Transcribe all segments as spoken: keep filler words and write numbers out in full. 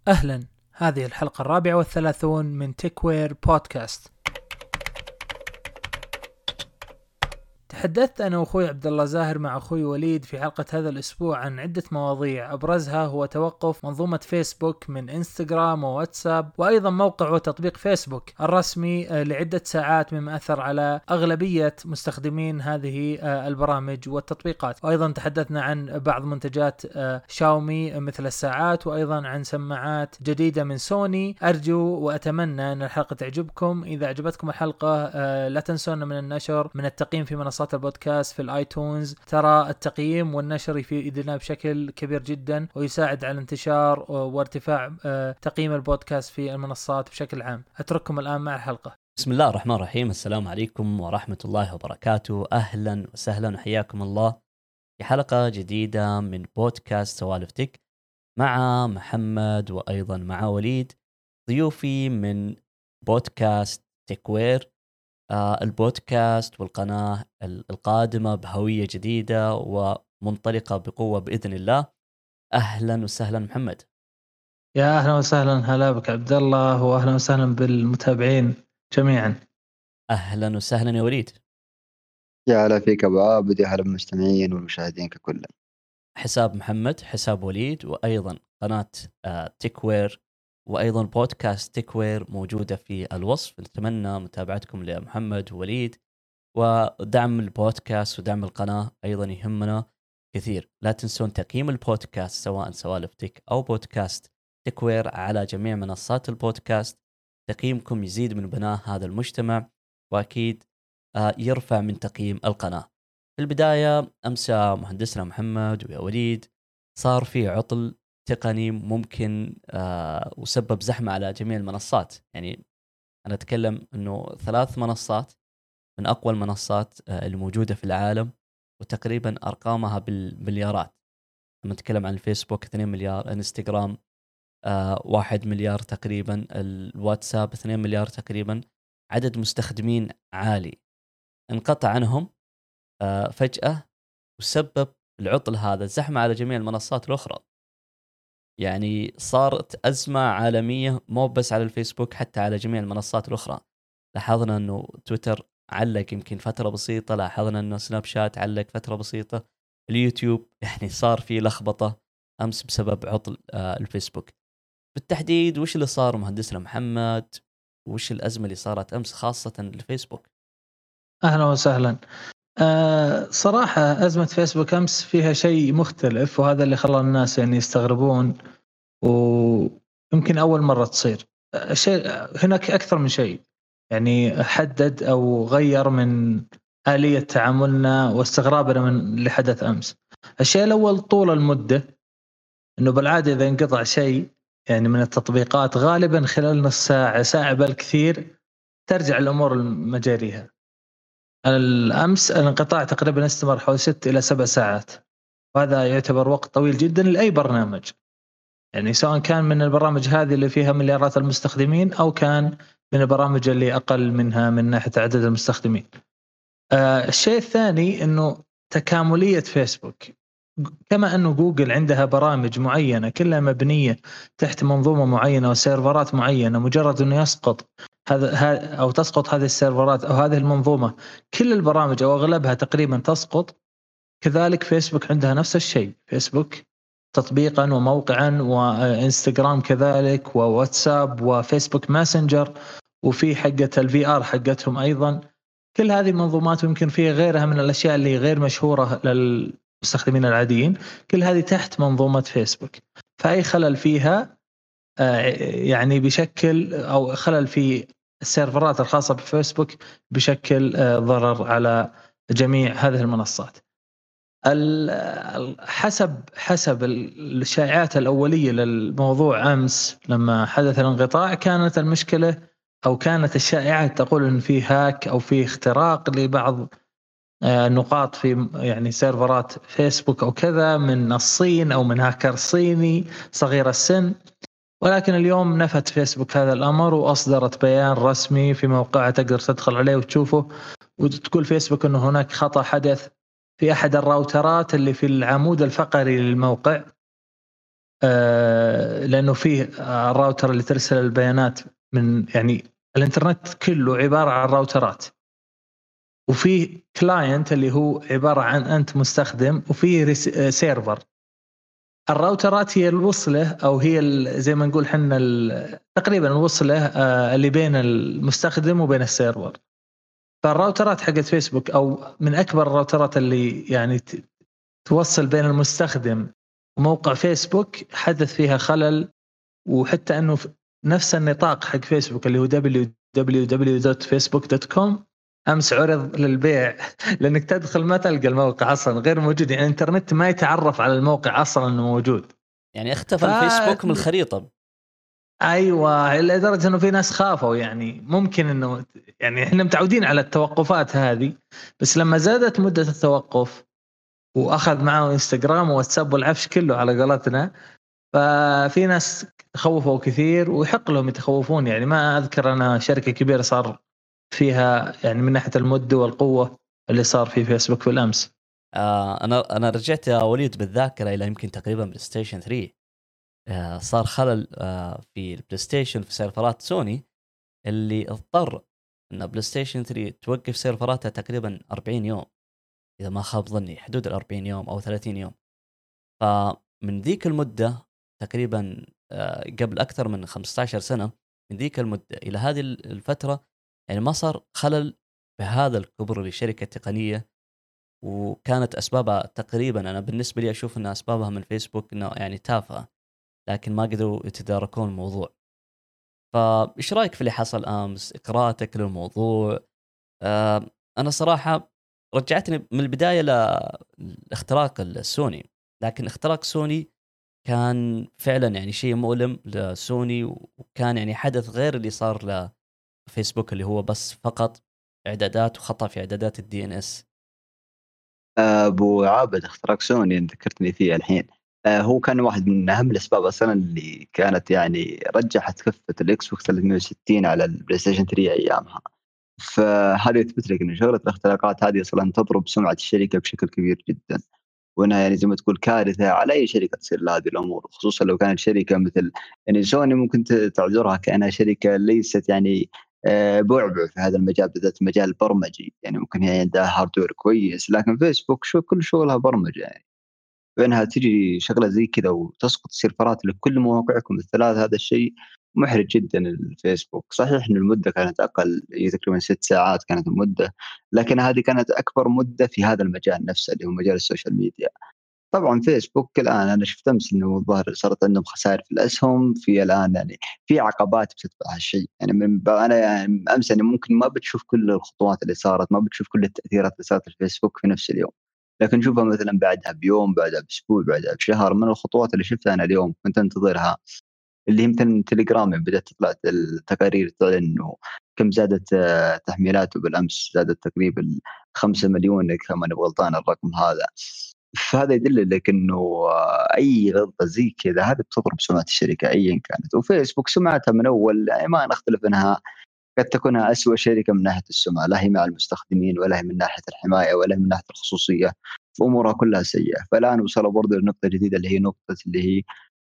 أهلا، هذه الحلقة الرابعة والثلاثون من تكوير بودكاست. تحدثت أنا وأخوي عبد الله زاهر مع أخوي وليد في حلقة هذا الأسبوع عن عدة مواضيع، أبرزها هو توقف منظومة فيسبوك من إنستغرام وواتساب، وأيضا موقع وتطبيق فيسبوك الرسمي لعدة ساعات، مما أثر على أغلبية مستخدمين هذه البرامج والتطبيقات. وأيضا تحدثنا عن بعض منتجات شاومي مثل الساعات، وأيضا عن سماعات جديدة من سوني. أرجو وأتمنى أن الحلقة تعجبكم. إذا عجبتكم الحلقة لا تنسونا من النشر، من التقييم في منصات البودكاست في الايتونز. ترى التقييم والنشر يفيدنا بشكل كبير جدا ويساعد على انتشار وارتفاع تقييم البودكاست في المنصات بشكل عام. أترككم الآن مع الحلقة. بسم الله الرحمن الرحيم. السلام عليكم ورحمة الله وبركاته. أهلا وسهلا وحياكم الله في حلقة جديدة من بودكاست سوالف تك مع محمد وأيضا مع وليد، ضيوفي من بودكاست تكوير، آه البودكاست والقناة القادمة بهوية جديدة ومنطلقة بقوة بإذن الله. أهلا وسهلا محمد. يا أهلا وسهلا، هلا بك عبد الله، وأهلا وسهلا بالمتابعين جميعا. أهلا وسهلا يا وليد. يا هلا فيك أبو عابد، يا هلا بالمستمعين والمشاهدين ككل. حساب محمد، حساب وليد، وأيضا قناة آه تكوير، وأيضا بودكاست تكوير موجودة في الوصف. نتمنى متابعتكم لمحمد ووليد ودعم البودكاست ودعم القناة أيضا يهمنا كثير. لا تنسون تقييم البودكاست سواء سوالف تك أو بودكاست تكوير على جميع منصات البودكاست. تقييمكم يزيد من بناء هذا المجتمع، وأكيد آه يرفع من تقييم القناة. في البداية أمسى مهندسنا محمد ويا وليد صار في عطل تقني ممكن آه وسبب زحمة على جميع المنصات. يعني أنا أتكلم أنه ثلاث منصات من أقوى المنصات آه الموجودة في العالم، وتقريبا أرقامها بالمليارات. لما نتكلم عن الفيسبوك اثنين مليار، انستغرام آه واحد مليار تقريبا، الواتساب اثنين مليار تقريبا. عدد مستخدمين عالي، انقطع عنهم آه فجأة وسبب العطل هذا زحمة على جميع المنصات الأخرى. يعني صارت أزمة عالمية مو بس على الفيسبوك، حتى على جميع المنصات الأخرى. لاحظنا أنه تويتر علق يمكن فترة بسيطة، لاحظنا أنه سناب شات علق فترة بسيطة، اليوتيوب يعني صار فيه لخبطة أمس بسبب عطل آه الفيسبوك. بالتحديد وش اللي صار مهندسنا محمد؟ وش الأزمة اللي صارت أمس خاصة الفيسبوك؟ أهلا وسهلا. أه صراحة أزمة فيسبوك أمس فيها شيء مختلف، وهذا اللي خلى الناس يعني يستغربون، ويمكن أول مرة تصير. شيء هناك أكثر من شيء، يعني حدد أو غير من آلية تعاملنا واستغرابنا من اللي حدث أمس. الشيء الأول طول المدة، إنه بالعادة إذا انقطع شيء يعني من التطبيقات غالبا خلال نص ساعة ساعة بالكثير ترجع الأمور لمجاريها. الأمس الانقطاع تقريبا استمر حوالي ست إلى سبع ساعات، وهذا يعتبر وقت طويل جدا لأي برنامج، يعني سواء كان من البرامج هذه اللي فيها مليارات المستخدمين أو كان من البرامج اللي أقل منها من ناحية عدد المستخدمين. آه الشيء الثاني إنه تكاملية فيسبوك، كما أنه جوجل عندها برامج معينة كلها مبنية تحت منظومة معينة وسيرفرات معينة، مجرد أنه يسقط هذا أو تسقط هذه السيرفرات أو هذه المنظومة كل البرامج أو أغلبها تقريبا تسقط. كذلك فيسبوك عندها نفس الشيء، فيسبوك تطبيقا وموقعا، وإنستغرام كذلك، وواتساب وفيسبوك ماسنجر، وفي حقة الفي آر حقتهم أيضا. كل هذه منظومات، ويمكن فيه غيرها من الأشياء اللي غير مشهورة للمستخدمين العاديين، كل هذه تحت منظومة فيسبوك. فأي خلل فيها يعني بشكل أو خلل في السيرفرات الخاصة بفيسبوك بشكل ضرر على جميع هذه المنصات. حسب حسب الشائعات الأولية للموضوع أمس لما حدث الانقطاع، كانت المشكلة أو كانت الشائعات تقول إن في هاك أو في اختراق لبعض نقاط في يعني سيرفرات فيسبوك أو كذا من الصين أو من هاكر صيني صغير السن. ولكن اليوم نفت فيسبوك هذا الأمر وأصدرت بيان رسمي في موقعها تقدر تدخل عليه وتشوفه، وتقول فيسبوك أنه هناك خطأ حدث في أحد الراوترات اللي في العمود الفقري للموقع، آه لأنه فيه الراوتر اللي ترسل البيانات من يعني الإنترنت كله عبارة عن راوترات، وفيه كلاينت اللي هو عبارة عن أنت مستخدم، وفيه سيرفر. الراوترات هي الوصلة أو هي زي ما نقول حنا تقريبا الوصلة آه اللي بين المستخدم وبين السيرفر. فالراوترات حقت فيسبوك أو من أكبر الراوترات اللي يعني توصل بين المستخدم وموقع فيسبوك حدث فيها خلل، وحتى أنه نفس النطاق حق فيسبوك اللي هو دبليو دبليو دبليو دوت فيسبوك دوت كوم أمس عرض للبيع لأنك تدخل ما تلقى الموقع أصلا غير موجود، يعني الإنترنت ما يتعرف على الموقع أصلا أنه موجود. يعني اختفى ف... الفيسبوك من الخريطة. أيوة، لدرجة أنه في ناس خافوا، يعني ممكن أنه يعني إحنا متعودين على التوقفات هذه، بس لما زادت مدة التوقف وأخذ معه إنستغرام وواتساب والعفش كله على قولتنا، ففي ناس تخوفوا كثير ويحق لهم يتخوفون. يعني ما أذكر أنا شركة كبيرة صار فيها يعني من ناحية المدة والقوة اللي صار في فيسبوك في الأمس. آه أنا أنا رجعت يا وليد بالذاكرة إلى يمكن تقريبا بلاي ستيشن ثري. آه صار خلل آه في البلاي ستيشن في سيرفرات سوني، اللي اضطر إن بلاي ستيشن ثري توقف سيرفراتها تقريبا أربعين يوم، إذا ما خاب ظني حدود الأربعين يوم أو ثلاثين يوم. فمن ذيك المدة تقريبا آه قبل أكثر من خمسة عشر سنة، من ذيك المدة إلى هذه الفترة يعني ما صار خلل بهذا الكبر لشركة تقنية. وكانت أسبابها تقريبا أنا بالنسبة لي أشوف أن أسبابها من فيسبوك إنه يعني تافهة، لكن ما قدروا يتداركون الموضوع. فإيش رأيك في اللي حصل أمس؟ قراءتك للموضوع؟ آه أنا صراحة رجعتني من البداية لاختراق السوني، لكن اختراق سوني كان فعلا يعني شيء مؤلم لسوني، وكان يعني حدث غير اللي صار لفيسبوك اللي هو بس فقط إعدادات وخطأ في إعدادات الدي إن إس. ابو عابد اختراق سوني ذكرتني فيه الحين. هو كان واحد من اهم الاسباب اصلا اللي كانت يعني رجحت كفه الاكس بوكس ثلاثمية وستين على البلاي ستيشن ثري ايامها. فهذا يثبت لك ان شغله الاختراقات هذه اصلا تضرب سمعه الشركه بشكل كبير جدا، وانها يعني زي ما تقول كارثه على اي شركه تصير لهذه الامور، خصوصا لو كانت شركه مثل يعني سوني ممكن تعذرها كانها شركه ليست يعني آه، بعبع في هذا المجال، بالذات المجال البرمجي، يعني ممكن هي عندها هاردوير كويس، لكن فيسبوك شو كل شغلها برمجه يعني. فإنها تجي شغله زي كذا وتسقط سيرفرات لكل مواقعكم الثلاث، هذا الشيء محرج جدا. الفيسبوك صحيح ان المده كانت اقل، تقريبا ست ساعات كانت المده، لكن هذه كانت اكبر مده في هذا المجال نفسه اللي هو مجال السوشيال ميديا. طبعا فيسبوك الان انا شفت امس انه الظاهر صارت عندهم خسائر في الاسهم في الان، يعني في عقبات بتتبع هالشيء. يعني من انا يعني امس يعني ممكن ما بتشوف كل الخطوات اللي صارت، ما بتشوف كل التاثيرات اللي صارت في الفيسبوك في نفس اليوم، لكن شوفها مثلا بعدها بيوم، بعدها باسبوع، بعدها بشهر. من الخطوات اللي شفتها انا اليوم كنت انتظرها اللي يمكن تليجرام بدات تطلع التقارير تعلن انه كم زادت تحميلاته بالامس، زادت تقريبا خمسة مليون كما انا غلطان الرقم هذا. فهذا يدل لك انه اي غلطه زي كذا هذه بتضرب سمعه الشركه ايا كانت. وفيسبوك سمعتها من اول يعني ما نختلف انها قد تكونها أسوأ شركه من ناحيه السمعه، لا هي مع المستخدمين ولا هي من ناحيه الحمايه ولا هي من ناحيه الخصوصيه، فامورها كلها سيئه. فالان وصلوا برضه لنقطه جديده اللي هي نقطه اللي هي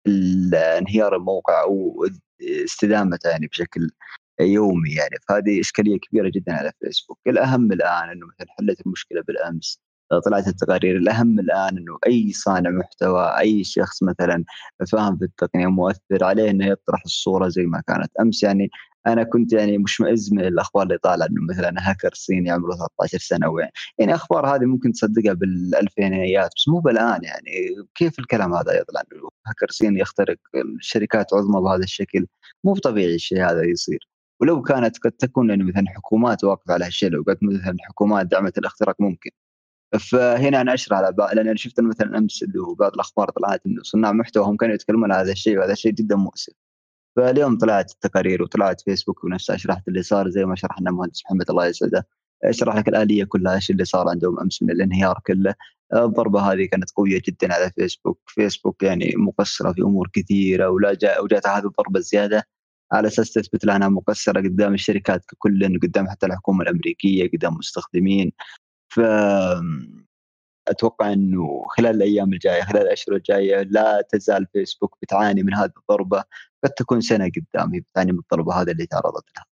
انهيار الموقع او استدامته يعني بشكل يومي يعني. فهذه اشكاليه كبيره جدا على فيسبوك. الاهم الان انه مثلا حلت المشكله بالامس، طلعت التقارير. الاهم الان انه اي صانع محتوى، اي شخص مثلا فاهم في التقنيه مؤثر عليه انه يطرح الصوره زي ما كانت امس. يعني انا كنت يعني مشمئز من الاخبار اللي طالعه انه مثلا هاكر صيني عمره ثلاثة عشر سنه، وين يعني اخبار هذه ممكن تصدقها بالالفينيات بس مو بالان. يعني كيف الكلام هذا يطلع انه هاكر صيني يخترق الشركات عظمى بهذا الشكل؟ مو طبيعي الشيء هذا يصير. ولو كانت قد تكون يعني مثلا حكومات واقفه على هالشيء، لو قد مثلا حكومات دعمت الاختراق ممكن. فهنا انا اشرح على بقى، لان انا شفت مثلا امس اللي بعض الاخبار طلعت انه صناع محتوى هم كانوا يتكلمون على هذا الشيء، وهذا الشيء جدا مؤسف. فاليوم طلعت التقارير وطلعت فيسبوك ونفسها شرحت اللي صار زي ما شرح لنا المهندس محمد الله يسعده، اشرح لك الآلية كلها ايش اللي صار عندهم امس من الانهيار كله. الضربة هذه كانت قوية جدا على فيسبوك. فيسبوك يعني مقصرة في امور كثيرة، ولا جاء وجات هذه الضربة الزيادة على اساس تثبت لها انها مقصرة قدام الشركات ككل، قدام حتى الحكومة الامريكية، قدام المستخدمين. ف أتوقع أنه خلال الأيام الجاية خلال الأشهر الجاية لا تزال فيسبوك بتعاني من هذه الضربة، قد تكون سنة قدامي بتعاني من الضربة هذه اللي تعرضت لها.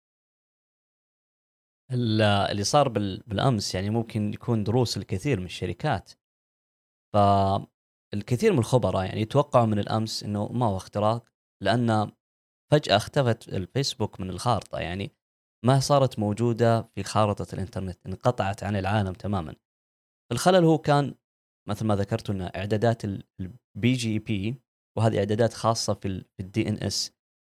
اللي صار بالأمس يعني ممكن يكون دروس الكثير من الشركات. فالكثير من الخبراء يعني يتوقعوا من الأمس إنه ما هو اختراق، لأن فجأة اختفت الفيسبوك من الخارطة، يعني ما صارت موجودة في خارطة الإنترنت، انقطعت عن العالم تماما. الخلل هو كان مثل ما ذكرت أن إعدادات البي جي بي، وهذه إعدادات خاصة في الدي إن إس،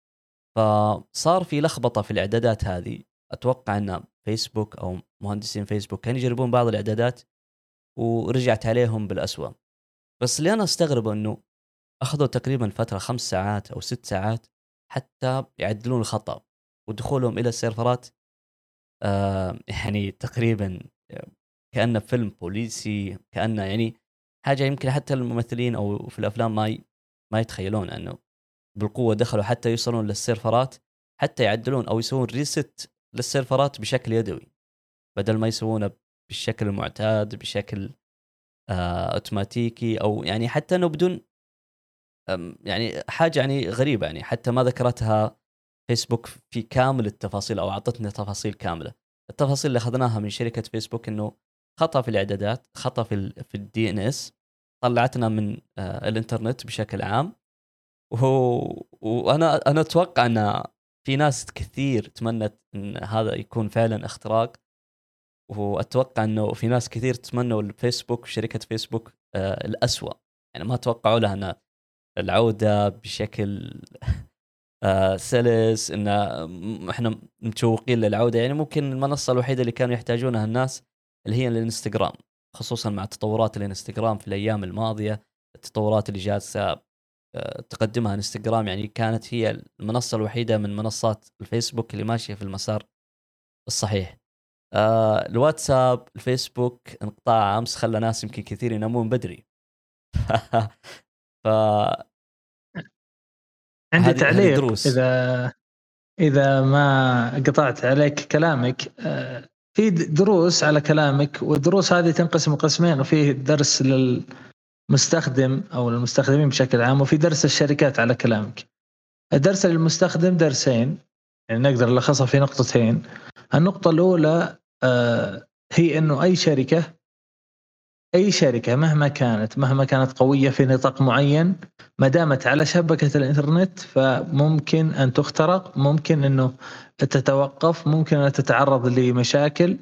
فصار في لخبطة في الإعدادات هذه. أتوقع أن فيسبوك أو مهندسين فيسبوك كانوا يجربون بعض الإعدادات ورجعت عليهم بالأسوأ. بس اللي أنا استغرب أنه أخذوا تقريبا فترة خمس ساعات أو ست ساعات حتى يعدلون الخطأ، ودخولهم إلى السيرفرات آه يعني تقريبا كأنه فيلم بوليسي، كأنه يعني حاجة يمكن حتى الممثلين أو في الأفلام ما ي... ما يتخيلون أنه بالقوة دخلوا حتى يوصلون للسيرفرات، حتى يعدلون أو يسوون ريست للسيرفرات بشكل يدوي بدل ما يسوونه بالشكل المعتاد بشكل آه أوتوماتيكي، أو يعني حتى أنه بدون يعني حاجة يعني غريبة، يعني حتى ما ذكرتها فيسبوك في كامل التفاصيل أو أعطتنا تفاصيل كاملة. التفاصيل اللي أخذناها من شركة فيسبوك إنه خطأ في الإعدادات، خطأ في ال في الدي إن إس، طلعتنا من آه الإنترنت بشكل عام. وهو وأنا أنا أتوقع أن في ناس كثير تمنت إن هذا يكون فعلا اختراق، وأتوقع إنه في ناس كثير تمنوا الفيسبوك وشركة فيسبوك آه الأسوأ، يعني ما توقعوا لها أن العودة بشكل آه سلس، إن إحنا متشوقين للعودة. يعني ممكن المنصة الوحيدة اللي كانوا يحتاجونها الناس اللي هي الانستغرام، خصوصا مع تطورات الانستغرام في الأيام الماضية، التطورات اللي جالسة آه تقدمها انستغرام، يعني كانت هي المنصة الوحيدة من منصات الفيسبوك اللي ماشية في المسار الصحيح. آه الواتساب الفيسبوك انقطاع أمس خلى ناس يمكن كثير ينامون بدري. ف عندي تعليق إذا إذا ما قطعت عليك كلامك. في دروس على كلامك، والدروس هذه تنقسم قسمين، وفيه درس للمستخدم أو المستخدمين بشكل عام، وفي درس الشركات على كلامك. الدرس للمستخدم درسين، يعني نقدر نلخصها في نقطتين. النقطة الأولى هي إنه أي شركة أي شركة مهما كانت مهما كانت قوية في نطاق معين، ما دامت على شبكة الإنترنت فممكن أن تخترق، ممكن أنه تتوقف، ممكن أن تتعرض لمشاكل،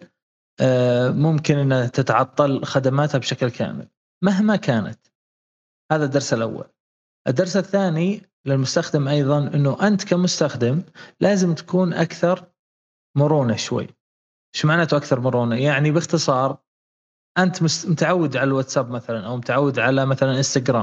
ممكن أن تتعطل خدماتها بشكل كامل مهما كانت. هذا الدرس الأول. الدرس الثاني للمستخدم أيضا أنه أنت كمستخدم لازم تكون أكثر مرونة شوي. إيش معناته أكثر مرونة؟ يعني باختصار أنت متعود على الواتساب مثلا، أو متعود على مثلا إنستغرام،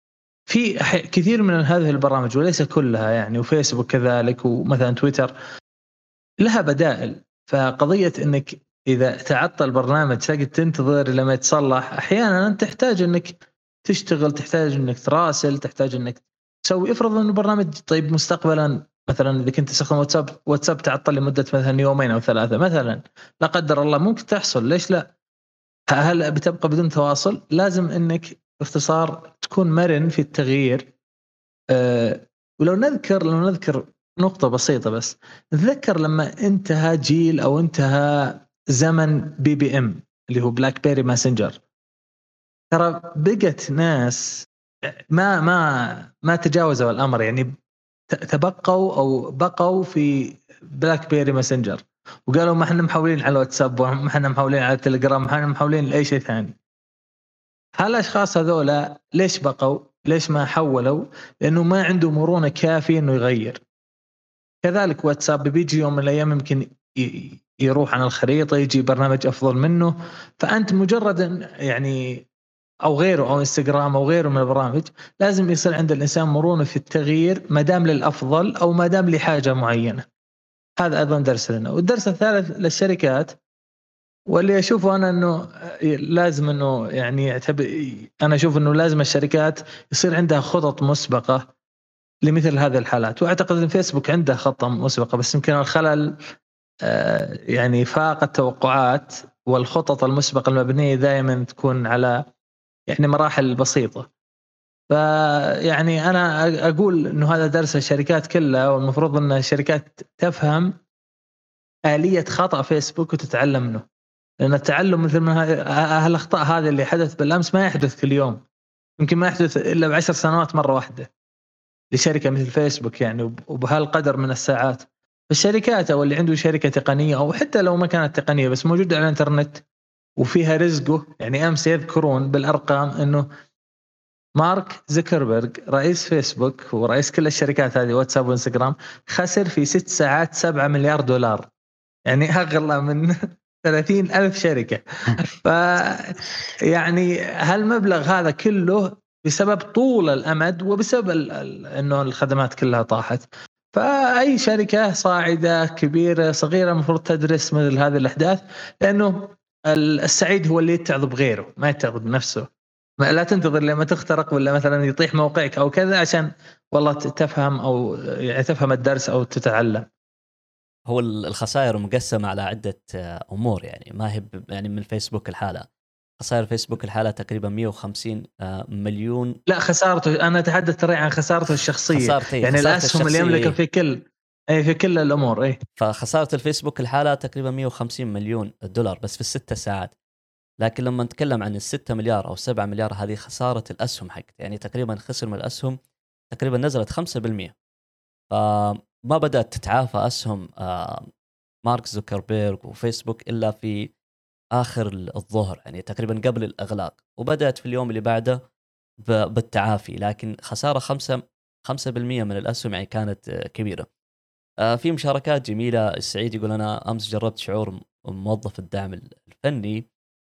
في كثير من هذه البرامج وليس كلها يعني، وفيسبوك كذلك، ومثلا تويتر لها بدائل. فقضية أنك إذا تعطل برنامج تجي تنتظر لما يتصلح، أحيانا أنت تحتاج أنك تشتغل، تحتاج أنك تراسل، تحتاج أنك تسوي. افرض أنه برنامج طيب مستقبلا مثلا إذا كنت تستخدم واتساب واتساب تعطل لمدة مثلا يومين أو ثلاثة مثلا، لا قدر الله ممكن تحصل، ليش لا؟ هل بتبقى بدون تواصل؟ لازم انك باختصار تكون مرن في التغيير. أه ولو نذكر لو نذكر نقطة بسيطة بس، نتذكر لما انتهى جيل او انتهى زمن بي بي ام اللي هو بلاك بيري ماسنجر، ترى بقت ناس ما ما ما تجاوزوا الامر، يعني تبقوا او بقوا في بلاك بيري ماسنجر، وقالوا ما احنا محولين على واتساب، وما احنا محولين على تليجرام، ما احنا محولين لاي شيء ثاني. هالاشخاص هذولا ليش بقوا؟ ليش ما حولوا؟ لانه ما عنده مرونة كافية انه يغير. كذلك واتساب بيجي يوم من الايام يمكن يروح عن الخريطة، يجي برنامج افضل منه، فانت مجرد يعني او غيره او انستغرام او غيره من البرامج، لازم يصير عند الانسان مرونة في التغيير ما دام للافضل او ما دام لحاجة معينة. هذا ايضا درس لنا. والدرس الثالث للشركات، واللي اشوفه انا انه لازم انه يعني يعتبر، انا اشوف انه لازم الشركات يصير عندها خطط مسبقة لمثل هذه الحالات. واعتقد ان فيسبوك عنده خطة مسبقة، بس يمكن الخلل يعني فاق التوقعات والخطط المسبقة المبنية دائما تكون على يعني مراحل بسيطة. فيعني أنا أقول إنه هذا درس الشركات كلها، والمفروض أن الشركات تفهم آلية خطأ فيسبوك وتتعلم منه، لأن التعلم مثل ما هالأخطاء هذه اللي حدث بالأمس ما يحدث كل يوم، يمكن ما يحدث إلا بعشر سنوات مرة واحدة لشركة مثل فيسبوك يعني، وبهالقدر من الساعات. الشركات أو اللي عنده شركة تقنية أو حتى لو ما كانت تقنية بس موجودة على الإنترنت وفيها رزقه، يعني أمس يذكرون بالأرقام إنه مارك زكربرغ رئيس فيسبوك ورئيس كل الشركات هذه واتساب وإنستغرام خسر في ست ساعات سبعة مليار دولار، يعني أغلى من ثلاثين ألف شركة. ف يعني هالمبلغ هذا كله بسبب طول الأمد وبسبب ال... ال... إنه الخدمات كلها طاحت. فأي شركة صاعدة كبيرة صغيرة المفروض تدرس مثل هذه الأحداث، لأنه السعيد هو اللي يتعظ بغيره ما يتعظ بنفسه. لا تنتظر لما تخترق ولا مثلا يطيح موقعك أو كذا عشان والله تفهم أو يعني تفهم الدرس أو تتعلم. هو الخسائر مقسمة على عدة أمور، يعني ما هي يعني من فيسبوك الحالة. خسائر فيسبوك الحالة تقريبا مئة وخمسين مليون. لا خسارته، أنا أتحدث ترى عن خسارته الشخصية. خسارتي يعني خسارة الأسهم اللي يملكها في كل أي في كل الأمور. أي فخسارة الفيسبوك الحالة تقريبا مئة وخمسين مليون دولار بس في الستة ساعات. لكن لما نتكلم عن الستة مليار أو سبعة مليار هذه خسارة الأسهم حقت، يعني تقريبا خسر من الأسهم تقريبا نزلت خمسة بالمئة. فما بدأت تتعافى أسهم مارك زوكربيرغ وفيسبوك إلا في آخر الظهر، يعني تقريبا قبل الإغلاق، وبدأت في اليوم اللي بعده بالتعافي. لكن خسارة خمسة خمسة بالمئة من الأسهم يعني كانت كبيرة. في مشاركات جميلة. السعيد يقول أنا أمس جربت شعور موظف الدعم الفني،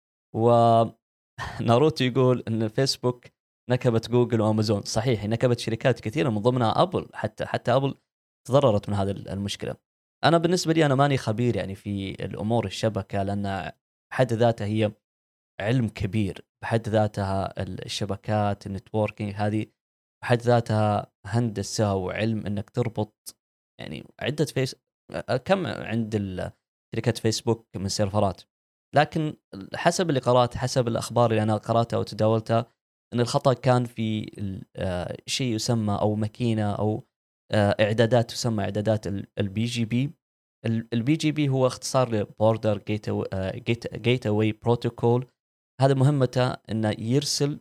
وناروتو يقول أن فيسبوك نكبت جوجل وأمازون. صحيح نكبت شركات كثيرة من ضمنها أبل، حتى حتى أبل تضررت من هذه المشكلة. أنا بالنسبة لي أنا ماني خبير يعني في الأمور الشبكة، لأن بحد ذاتها هي علم كبير بحد ذاتها. الشبكات النتوركينج هذه بحد ذاتها هندسة وعلم أنك تربط يعني عدة فيس. كم عند شركة فيسبوك من سيرفرات؟ لكن حسب اللي قرأت، حسب الأخبار اللي أنا قرأتها وتداولتها، أن الخطأ كان في شيء يسمى أو ماكينة أو إعدادات تسمى إعدادات البي جي بي. البي جي بي هو اختصار لبوردر جيت أواي بروتوكول. هذا مهمته أنه يرسل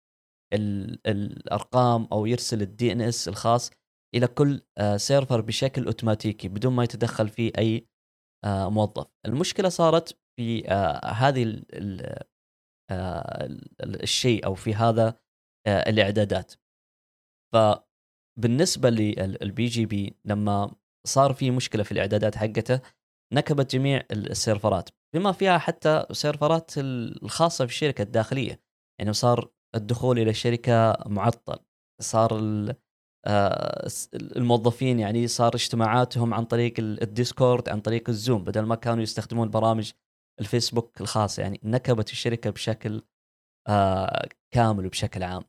الأرقام أو يرسل الدي إن إس الخاص إلى كل سيرفر بشكل أوتوماتيكي بدون ما يتدخل فيه أي موظف. المشكلة صارت في هذه الشيء أو في هذا الإعدادات. فبالنسبة للبي جي بي لما صار في مشكلة في الإعدادات حقته نكبت جميع السيرفرات بما فيها حتى سيرفرات الخاصة في الشركة الداخلية. يعني صار الدخول إلى الشركة معطل، صار الموظفين يعني صار اجتماعاتهم عن طريق الديسكورد عن طريق الزوم بدل ما كانوا يستخدمون برامج الفيسبوك الخاصة. يعني نكبت الشركة بشكل كامل وبشكل عام.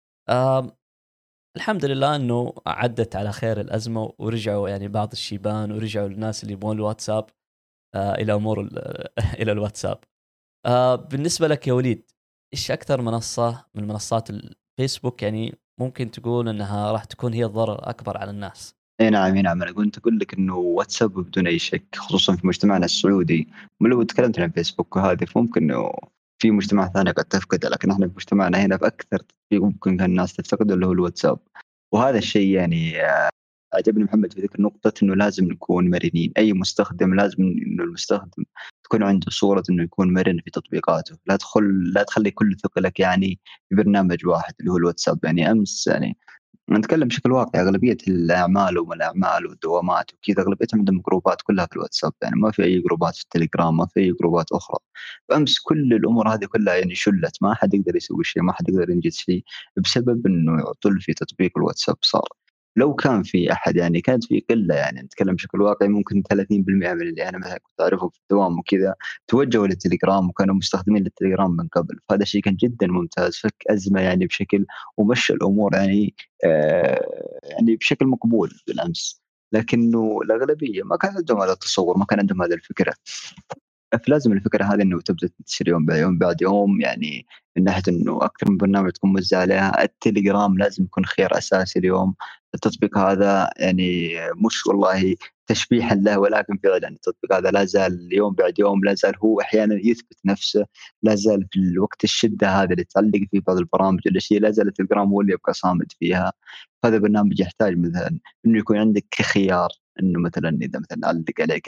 الحمد لله أنه عدت على خير الأزمة ورجعوا يعني بعض الشيبان ورجعوا الناس اللي يبغون الواتساب إلى أمور إلى الواتساب. بالنسبة لك يا وليد، إيش أكثر منصة من منصات الفيسبوك يعني ممكن تقول أنها راح تكون هي الضرر أكبر على الناس؟ اي نعم نعم انا كنت اقول لك انه واتساب بدون اي شك، خصوصا في مجتمعنا السعودي. ولو تكلمت عن فيسبوك وهذه فممكن انه في مجتمع ثاني قد تفقد، لكن احنا في مجتمعنا هنا في اكثر تطبيق ممكن الناس تفتقده اللي هو الواتساب. وهذا الشيء يعني عجبني محمد في ذيك النقطة انه لازم نكون مرنين. اي مستخدم لازم انه المستخدم تكون عنده صورة انه يكون مرن في تطبيقاته. لا تدخل لا تخلي كل ثقلك يعني في برنامج واحد اللي هو الواتساب. يعني امس يعني نتكلم بشكل واقعي أغلبية الأعمال وما الأعمال والدوامات وكذا أغلبيتهم عندهم جروبات كلها في الواتساب. يعني ما في أي جروبات في التليجرام، ما في أي جروبات أخرى. فأمس كل الأمور هذه كلها يعني شلت، ما حد يقدر يسوي شيء، ما حد يقدر ينجز شيء بسبب إنه يعطل في تطبيق الواتساب صار. لو كان في أحد يعني كانت في قلة، يعني نتكلم بشكل واقعي ممكن ثلاثين بالمئة من اللي أنا مثلا كنت أعرفه في الدوام وكذا توجهوا للتليجرام وكانوا مستخدمين للتليجرام من قبل. فهذا الشيء كان جدا ممتاز، فك أزمة يعني بشكل ومشى الأمور يعني آه يعني بشكل مقبول بالأمس. لكنه الأغلبية ما كان عندهم هذا التصور، ما كان عندهم هذه الفكرة. فلازم الفكرة هذه إنه تبدأ تنتشر يوم بعد يوم بعد يوم، يعني من ناحية إنه أكثر من برنامج تكون موزع عليها. التليجرام لازم يكون خيار أساسي اليوم. التطبيق هذا يعني مش والله تشبيحا له، ولكن فعلا التطبيق هذا لا زال يوم بعد يوم لا زال هو أحيانا يثبت نفسه، لا زال في الوقت الشدة هذا اللي تعلق فيه بعض البرامج ولا شيء، لا زال التليجرام هو اللي يبقى صامد فيها. هذا برنامج يحتاج مثلا إنه يكون عندك خيار، إنه مثلا إذا مثلا علق عليك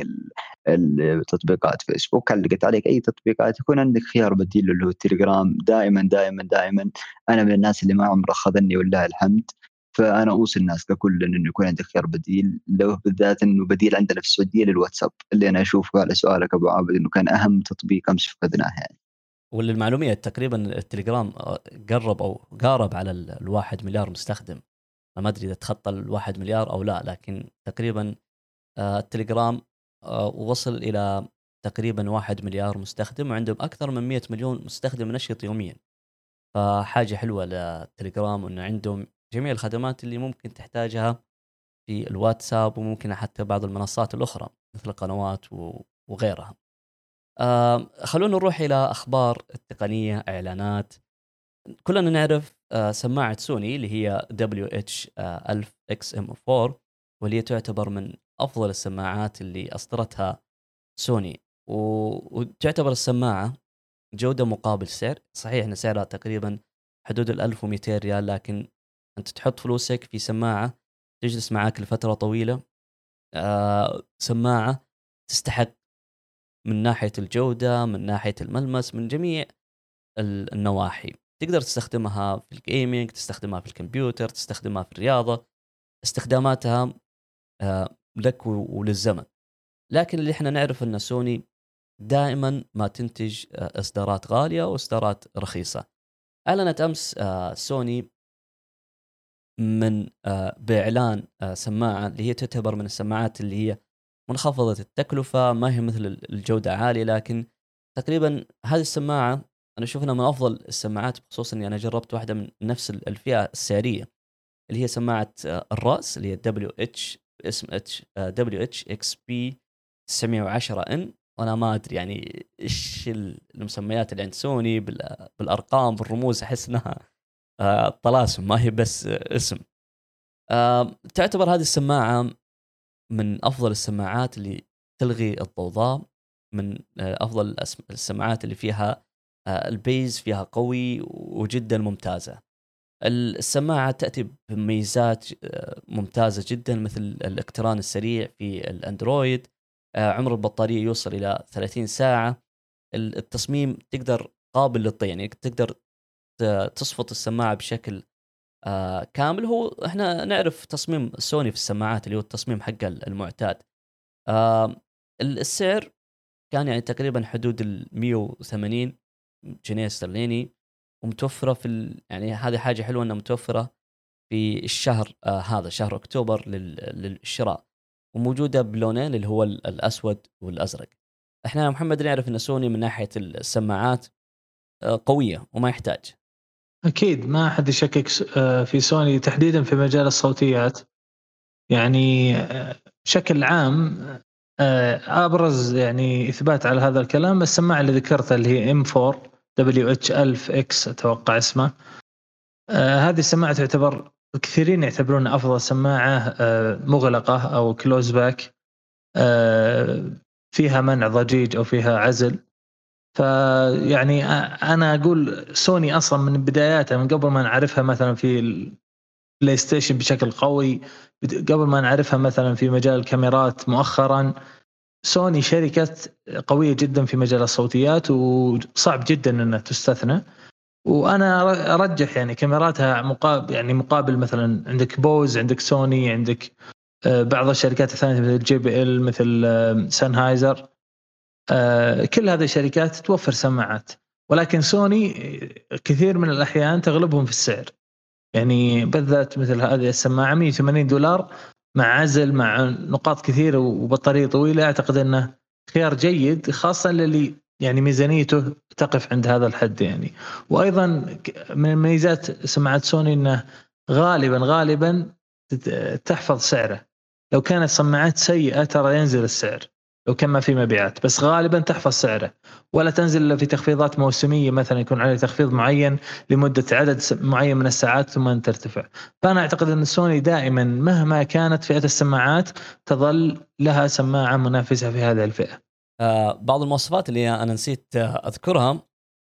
التطبيقات فيسبوك، علقت عليك أي تطبيقات، يكون عندك خيار بديل اللي هو التليجرام. دائما دائما دائما أنا من الناس اللي ما عمره خذني والله الحمد، فأنا أوصي الناس ككل إنه يكون عندك خيار بديل، لو بالذات إنه بديل عندنا في السعودية للواتساب، اللي أنا أشوفه على سؤالك أبو عابد إنه كان أهم تطبيق أمس فقدناه يعني. وللمعلومية تقريبا التليجرام قرب أو قارب على الواحد مليار مستخدم. ما أدري إذا تخطى الواحد مليار أو لا، لكن تقريبا التليجرام وصل إلى تقريبا واحد مليار مستخدم، وعندهم أكثر من مئة مليون مستخدم نشط يوميا. فحاجة حلوة للتليجرام إنه عندهم جميع الخدمات اللي ممكن تحتاجها في الواتساب، وممكن حتى بعض المنصات الأخرى مثل القنوات وغيرها. آه خلونا نروح إلى أخبار التقنية، إعلانات. كلنا نعرف آه سماعة سوني اللي هي دبليو إتش ألف إكس إم فور، واللي تعتبر من أفضل السماعات اللي أصدرتها سوني، وتعتبر السماعة جودة مقابل سعر. صحيح أن سعرها تقريبا حدود الألف ومئتين ريال، لكن أنت تحط فلوسك في سماعة تجلس معاك لفترة طويلة. آه سماعة تستحق من ناحية الجودة، من ناحية الملمس، من جميع النواحي. تقدر تستخدمها في الجيمينج، تستخدمها في الكمبيوتر، تستخدمها في الرياضة. استخداماتها آه لك وللزمن. لكن اللي احنا نعرف ان سوني دائما ما تنتج آه اصدارات غالية واصدارات رخيصة. اعلنت امس آه سوني من آه باعلان آه سماعة اللي هي تعتبر من السماعات اللي هي منخفضة التكلفة، ما هي مثل الجودة عالية، لكن تقريبا هذه السماعة أنا أشوف أنها من أفضل السماعات، بخصوص أني أنا جربت واحدة من نفس الفئة السعرية اللي هي سماعة الرأس اللي هي دبليو إتش اسم اتش دبليو إتش إكس بي تسعمئة وعشرة إن. وأنا ما أدري يعني إيش المسميات اللي عند سوني بالأرقام بالرموز، أحس أنها طلاسم ما هي بس اسم. تعتبر هذه السماعة من أفضل السماعات اللي تلغي الضوضاء، من أفضل السماعات اللي فيها البيز فيها قوي وجدا ممتازة. السماعة تأتي بميزات ممتازة جدا مثل الاقتران السريع في الأندرويد، عمر البطارية يوصل إلى ثلاثين ساعة. التصميم تقدر قابل للطي، يعني تقدر تصفط السماعة بشكل آه كامل. هو احنا نعرف تصميم سوني في السماعات اللي هو التصميم حق المعتاد. آه السعر كان يعني تقريبا حدود ال مئة وثمانين جنيه استرليني، ومتوفرة في ال... يعني هذه حاجة حلوة انها متوفرة في الشهر آه هذا شهر اكتوبر لل... للشراء، وموجودة بلونين اللي هو الاسود والازرق. احنا يا محمد نعرف ان سوني من ناحية السماعات آه قوية وما يحتاج. أكيد ما أحد يشكك في سوني تحديدا في مجال الصوتيات. يعني بشكل عام أبرز يعني إثبات على هذا الكلام السماعة اللي ذكرتها اللي هي إم فور دبليو إتش ألف إكس أتوقع اسمه. هذه السماعة تعتبر كثيرين يعتبرونها أفضل سماعة مغلقة أو كلوز باك، فيها منع ضجيج أو فيها عزل. فيعني أنا أقول سوني أصلا من بداياتها، من قبل ما نعرفها مثلا في البلاي ستيشن بشكل قوي، قبل ما نعرفها مثلا في مجال الكاميرات مؤخرا، سوني شركة قوية جدا في مجال الصوتيات وصعب جدا أنها تستثنى. وأنا أرجح يعني كاميراتها مقابل يعني مقابل مثلا عندك بوز، عندك سوني، عندك بعض الشركات الثانية مثل جي بي إل، مثل سانهايزر. كل هذه الشركات توفر سماعات، ولكن سوني كثير من الأحيان تغلبهم في السعر. يعني بالذات مثل هذه السماعة مئة وثمانين دولار مع عزل مع نقاط كثيرة وبطارية طويلة، أعتقد أنه خيار جيد خاصة للي يعني ميزانيته تقف عند هذا الحد يعني. وأيضا من ميزات سماعات سوني أنه غالبا غالبا تحفظ سعره. لو كانت سماعات سيئة ترى ينزل السعر، وكم في مبيعات، بس غالبا تحفظ سعره ولا تنزل إلا في تخفيضات موسمية، مثلا يكون عليه تخفيض معين لمدة عدد معين من الساعات ثم ترتفع. فأنا أعتقد أن سوني دائما مهما كانت فئة السماعات تظل لها سماعة منافسة في هذه الفئة. آه بعض المواصفات اللي أنا نسيت آه أذكرها،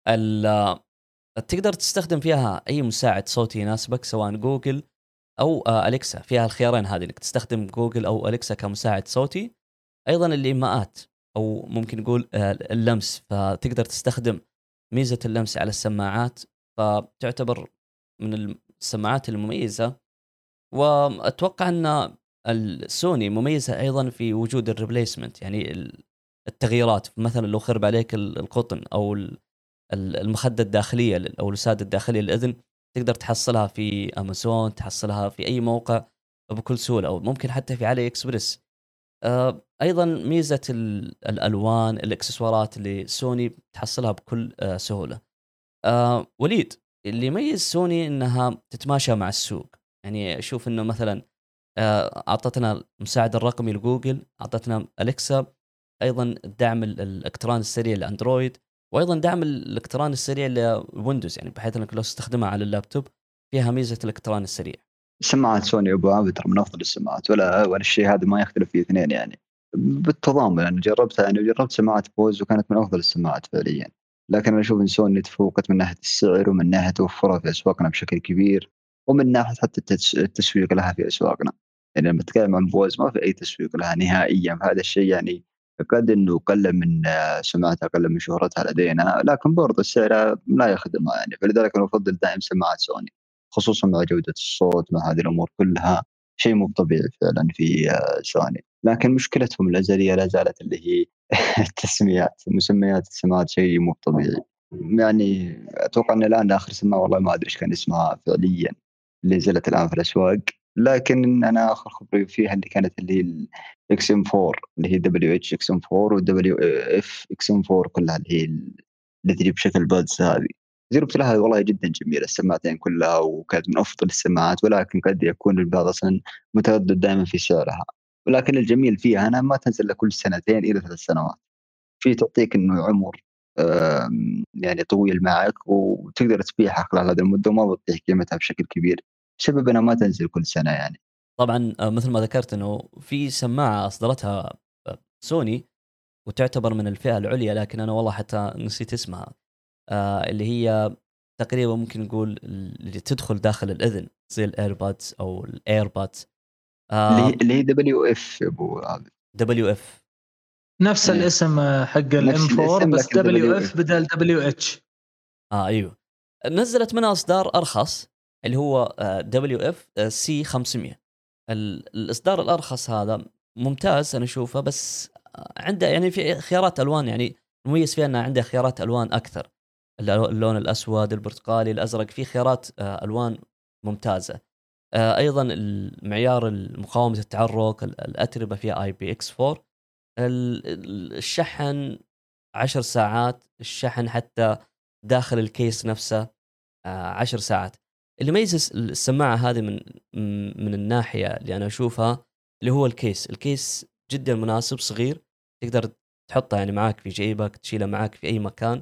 تقدر تستخدم فيها أي مساعد صوتي يناسبك سواء جوجل أو آه أليكسا، فيها الخيارين هذه إنك تستخدم جوجل أو أليكسا كمساعد صوتي. أيضا الإيماءات أو ممكن نقول آه اللمس، فتقدر تستخدم ميزة اللمس على السماعات، فتعتبر من السماعات المميزة. وأتوقع أن السوني مميزة أيضا في وجود الريبليسمنت، يعني التغييرات، مثلا لو خرب عليك القطن أو المخدة الداخلية أو الوسادة الداخلية للأذن، تقدر تحصلها في أمازون، تحصلها في أي موقع بكل سهولة، أو ممكن حتى في علي إكسبرس. آه أيضا ميزة الألوان، الإكسسوارات اللي سوني تحصلها بكل آه سهولة. آه وليد، اللي يميز سوني إنها تتماشى مع السوق. يعني أشوف إنه مثلا آه أعطتنا المساعد الرقمي لجوجل، أعطتنا أليكسا، أيضا الدعم الإلكتروني السريع لأندرويد، وايضا دعم الالكترون السريع لويندوز، يعني بحيث انك لو تستخدمها على اللابتوب فيها ميزه الالكترون السريع. سماعات سوني ابو عابد ترى من افضل السماعات، ولا ولا الشيء هذا ما يختلف فيه اثنين يعني بالتضامن. انا جربتها، يعني جربت سماعات بوز وكانت من افضل السماعات فعليا. لكن انا اشوف ان سوني تفوقت من ناحيه السعر، ومن ناحيه توفرها في اسواقنا بشكل كبير، ومن ناحيه حتى التسويق لها في اسواقنا. يعني لما تتكلم عن بوز ما في اي تسويق لها نهائيا، هذا الشيء يعني قد انه قل من سمعتها، قل من شهرتها لدينا، لكن برضه السعر لا يخدمها يعني. فلذلك انا افضل دائما سماعات سوني، خصوصا مع جودة الصوت، مع هذه الأمور كلها شيء مو طبيعي فعلا في سوني. لكن مشكلتهم الأزلية لا زالت اللي هي التسميات، مسميات السماعات شيء مو طبيعي. يعني أتوقع أن الآن آخر سماعة والله ما أدري إيش كان اسمها فعليا اللي نزلت الآن في الأسواق، لكن أنا آخر خبري فيها اللي كانت اللي هي إكس إم فور، اللي هي دبليو إتش إكس إم فور ودبليو إف إكس إم فور، كلها اللي هي اللي تجي بشكل بادز. هذه جربت لها والله جدا جميلة السماعتين كلها، وكانت من أفضل السماعات، ولكن قد يكون البعض أصلا متردد دائما في سعرها. ولكن الجميل فيها أنا ما تنزل لكل سنتين إلى ثلاث سنوات، في تعطيك إنه عمر يعني طويل معك، وتقدر تبيعها خلال هذه المدة وما بتطيح قيمتها بشكل كبير، بسبب أنها ما تنزل كل سنة يعني. طبعا مثل ما ذكرت إنه في سماعة أصدرتها سوني وتعتبر من الفئة العليا، لكن أنا والله حتى نسيت اسمها، آه اللي هي تقريبا ممكن نقول اللي تدخل داخل الأذن زي الإيربادز أو الإيربادز. اللي آه اللي هي دبليو إف أبو عابد. دبليو إف نفس إيه. الاسم حق الام فور، بس دبليو إف بدل دبليو إتش. آه أيوه، نزلت منها إصدار أرخص اللي هو دبليو إف سي خمسمية. الإصدار الأرخص هذا ممتاز أنا أشوفه، بس عنده يعني في خيارات ألوان، يعني مميز فيها أنه عنده خيارات ألوان أكثر، اللون الأسود، البرتقالي، الأزرق، في خيارات ألوان ممتازة. أيضا المعيار مقاومة التعرق، الأتربة فيها آي بي إكس فور، الشحن عشر ساعات، الشحن حتى داخل الكيس نفسه عشر ساعات. اللي يميز السماعة هذه من من الناحية اللي أنا أشوفها اللي هو الكيس. الكيس جدا مناسب، صغير، تقدر تحطه يعني معاك في جيبك، تشيله معاك في أي مكان،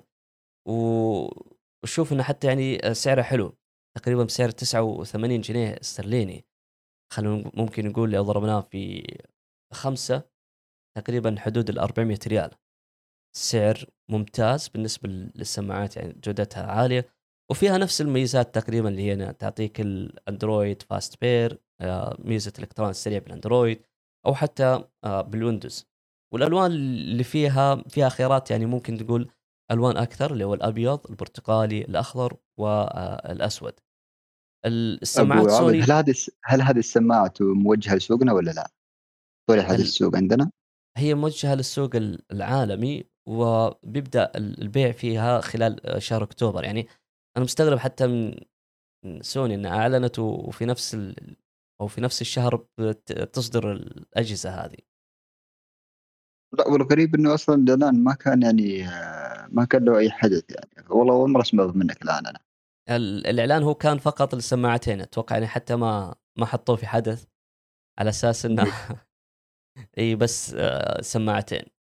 وشوف إنه حتى يعني سعره حلو، تقريبا بسعر تسعة وثمانين جنيه استرليني. خلونا ممكن نقول لو ضربناه في خمسة تقريبا حدود الأربعمية ريال. سعر ممتاز بالنسبة للسماعات، يعني جودتها عالية، وفيها نفس الميزات تقريبا اللي هي تعطيك الأندرويد فاست بير، ميزة الإلكترون السريع بالأندرويد أو حتى بالويندوز. والألوان اللي فيها فيها خيارات، يعني ممكن تقول ألوان أكثر، اللي هو الأبيض، البرتقالي، الأخضر والأسود. السماعات سوني، هل هذه هل هذه السماعة موجهة لسوقنا ولا لا؟ طرح هذا السوق عندنا؟ هي موجهة للسوق العالمي، وبيبدأ البيع فيها خلال شهر أكتوبر. يعني أنا مستغرب حتى من سوني أنها أعلنت وفي نفس ال... أو في نفس الشهر تصدر الأجهزة هذه. لا، والغريب إنه أصلاً الآن ما كان يعني ما كان له أي حدث يعني. والله أول مرة أسمع منك الآن أنا. الإعلان هو كان فقط للسماعتين أتوقع، يعني حتى ما ما حطوه في حدث على أساس إنه إيه بس سماعتين.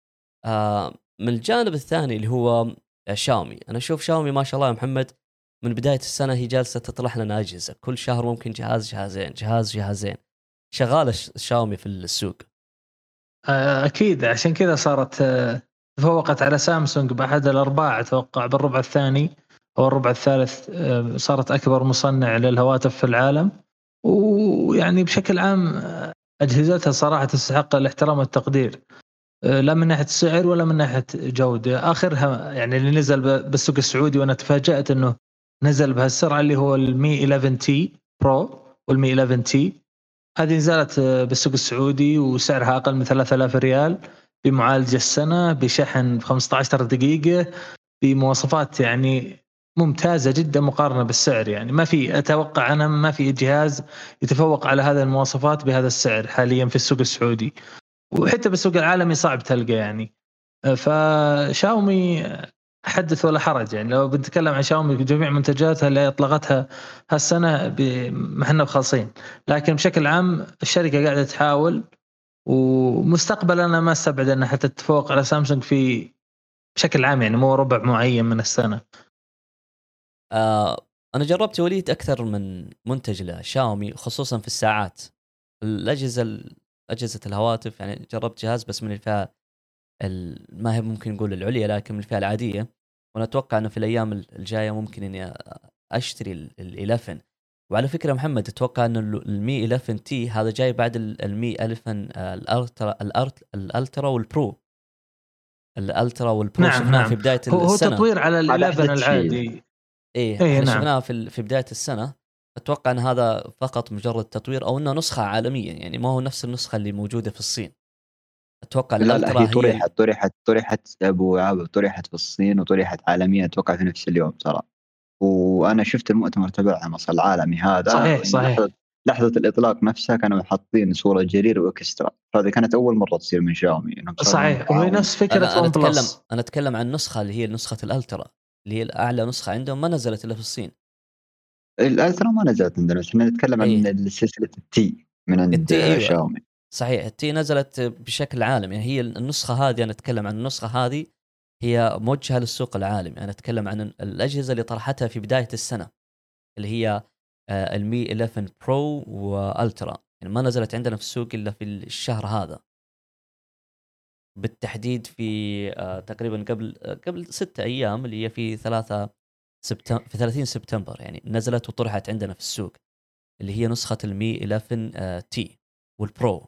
آه من الجانب الثاني اللي هو شاومي، انا اشوف شاومي ما شاء الله يا محمد من بدايه السنه هي جالسه تطرح لنا اجهزه، كل شهر ممكن جهاز جهازين جهاز جهازين، شغاله شاومي في السوق. اكيد عشان كذا صارت تفوقت على سامسونج باحد الارباع، اتوقع بالربع الثاني او الربع الثالث صارت اكبر مصنع للهواتف في العالم. ويعني بشكل عام اجهزتها صراحه تستحق الاحترام والتقدير، لا من ناحيه السعر ولا من ناحيه جوده. اخرها يعني اللي نزل بالسوق السعودي وانا تفاجات انه نزل بهالسرعه اللي هو المي إحدى عشر تي برو والمي إحدى عشر تي، هذه نزلت بالسوق السعودي وسعرها اقل من ثلاثة آلاف ريال، بمعالجه السنه، بشحن خمسة عشر دقيقه، بمواصفات يعني ممتازه جدا مقارنه بالسعر. يعني ما في، اتوقع انا ما في جهاز يتفوق على هذه المواصفات بهذا السعر حاليا في السوق السعودي، وحتى بالسوق العالمي صعب تلقى يعني. فشاومي حدث ولا حرج، يعني لو بنتكلم عن شاومي جميع منتجاتها اللي اطلقتها هالسنه ما احنا بخالصين، لكن بشكل عام الشركه قاعده تحاول، ومستقبلا انا ما استبعد انها حتى تتفوق على سامسونج في بشكل عام، يعني مو ربع معين من السنه. آه انا جربت وليد اكثر من منتج لشاومي خصوصا في الساعات، الاجهزه اجهزه الهواتف، يعني جربت جهاز بس من الفئه ما هي ممكن نقول العليا لكن من الفئه العاديه، وانا اتوقع انه في الايام الجايه ممكن اني اشتري ال11. وعلى فكره محمد اتوقع انه المي إحدى عشر تي هذا جاي بعد المي ألف الالترا الالترا والبرو. الالترا والبرو نعم شفناه نعم. في بدايه هو, هو السنه، تطوير على ال11 العادي. ايه ايه احنا نعم. شفناه في في بدايه السنه، اتوقع ان هذا فقط مجرد تطوير او انه نسخه عالميه، يعني ما هو نفس النسخه اللي موجوده في الصين. اتوقع لا لا، هي الالترا هي طرحت طرحت طرحت ابو عابد، طرحت في الصين وطرحت عالميا اتوقع في نفس اليوم ترى. وانا شفت المؤتمر تبعها مصر العالمي هذا، صحيح صحيح. لحظه لحظه الاطلاق نفسها كانوا حاطين صوره جرير واكسترا، هذه كانت اول مره تصير من شاومي انهم صار لهم صحيح، وهي تعاون. نفس فكره انا انا ون اتكلم بلس. انا اتكلم عن النسخه اللي هي نسخه الالترا اللي هي الاعلى نسخه عندهم، ما نزلت الا في الصين. الالترا ما نزلت عندنا، بس احنا نتكلم ايه عن سلسله التي من عند التي، ايوه شاومي. صحيح، التي نزلت بشكل عام، يعني هي النسخه هذه انا اتكلم عن النسخه هذه هي موجهه للسوق العالمي. انا اتكلم عن الاجهزه اللي طرحتها في بدايه السنه اللي هي المي إحدى عشر برو والترا، يعني ما نزلت عندنا في السوق الا في الشهر هذا بالتحديد، في آه تقريبا قبل آه قبل ستة ايام اللي هي في ثلاثة سبتمبر، في ثلاثين سبتمبر يعني نزلت وطرحت عندنا في السوق، اللي هي نسخة المي إحدى عشر آه تي والبرو.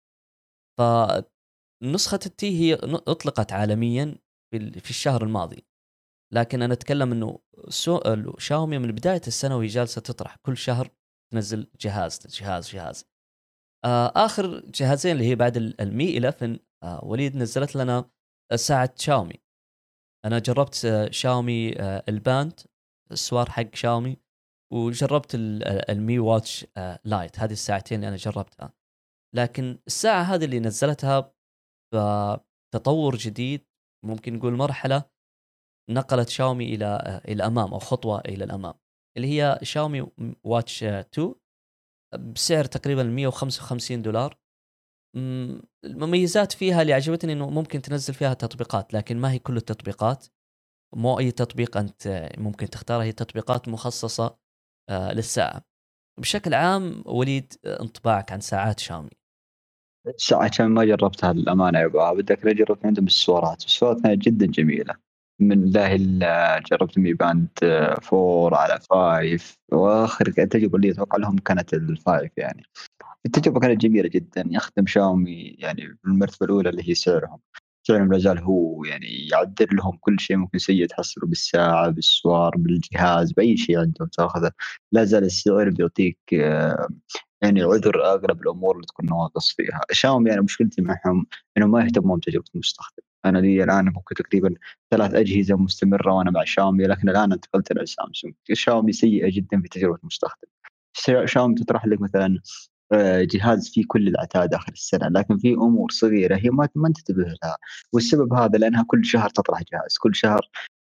فنسخة التي هي اطلقت عالميا في في الشهر الماضي، لكن انا اتكلم انه شاومي من بداية السنة وهي جالسة تطرح كل شهر تنزل جهاز جهاز جهاز. آه اخر جهازين اللي هي بعد المي إحدى عشر آه وليد نزلت لنا ساعة شاومي. انا جربت شاومي الباند السوار حق شاومي، وجربت المي واتش لايت، هذه الساعتين اللي انا جربتها. لكن الساعة هذه اللي نزلتها بتطور جديد، ممكن نقول مرحلة نقلت شاومي الى الى الامام او خطوة الى الامام، اللي هي شاومي واتش تو بسعر تقريبا مئة وخمسة وخمسين دولار. المميزات فيها اللي عجبتني انه ممكن تنزل فيها تطبيقات، لكن ما هي كل التطبيقات، مو اي تطبيق انت ممكن تختارها، هي تطبيقات مخصصة آه للساعة. بشكل عام وليد، انطباعك عن ساعات شاومي؟ ساعة شاومي ما جربتها للأمانة يا أبو عابد، لكن جربت عندهم السوارات، السوارات كانت جدا جميلة. من ذا جربت مي باند فور على فايف، واخر التجربة اللي اتوقع لهم كانت الفايف. يعني التجربة كانت جميلة جدا. يخدم شاومي يعني بالمرتبة الأولى اللي هي سعرهم، سعرهم لا زال هو يعني يعدل لهم كل شيء ممكن سيء تحصله بالساعة بالسوار بالجهاز بأي شيء عندهم تاخذه، لا زال السعر بيعطيك يعني عذر أغلب الأمور اللي تكون ناقص فيها. شاومي يعني مشكلتي معهم إنه ما يهتمون بتجربة المستخدم. أنا لي الآن ممكن تقريبا ثلاث أجهزة مستمرة وأنا مع شاومي، لكن الآن انتقلت إلى سامسونج. شاومي سيئة جدا في تجربة المستخدم. شاومي تطرح لك مثلا جهاز فيه كل العتاد آخر السنة، لكن في أمور صغيرة هي ما ما تنتبه لها، والسبب هذا لأنها كل شهر تطرح جهاز، كل شهر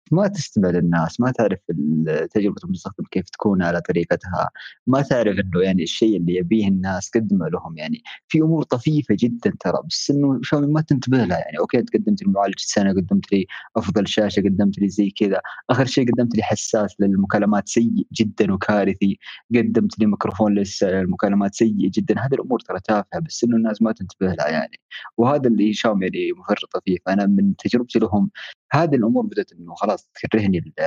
ما تستمع للناس، ما تعرف ال- تجربة المستخدم كيف تكون على طريقتها، ما تعرف إنه يعني الشيء اللي يبيه الناس قدمه لهم. يعني في أمور طفيفة جدا ترى، بس إنه شاومي ما تنتبه لها. يعني أوكي، أنت قدمت لي معالج السنة، قدمت لي أفضل شاشة، قدمت لي زي كذا، آخر شيء قدمت لي حساس للمكالمات سيء جدا وكارثي، قدمت لي ميكروفون للمكالمات سيء جدا. هذه الأمور ترى تافهة، بس إنه الناس ما تنتبه لها يعني. وهذا اللي شاومي يعني مفرطة فيه. فأنا من تجربتي لهم هذه الأمور بدأت إنه خلاص تكرهني ال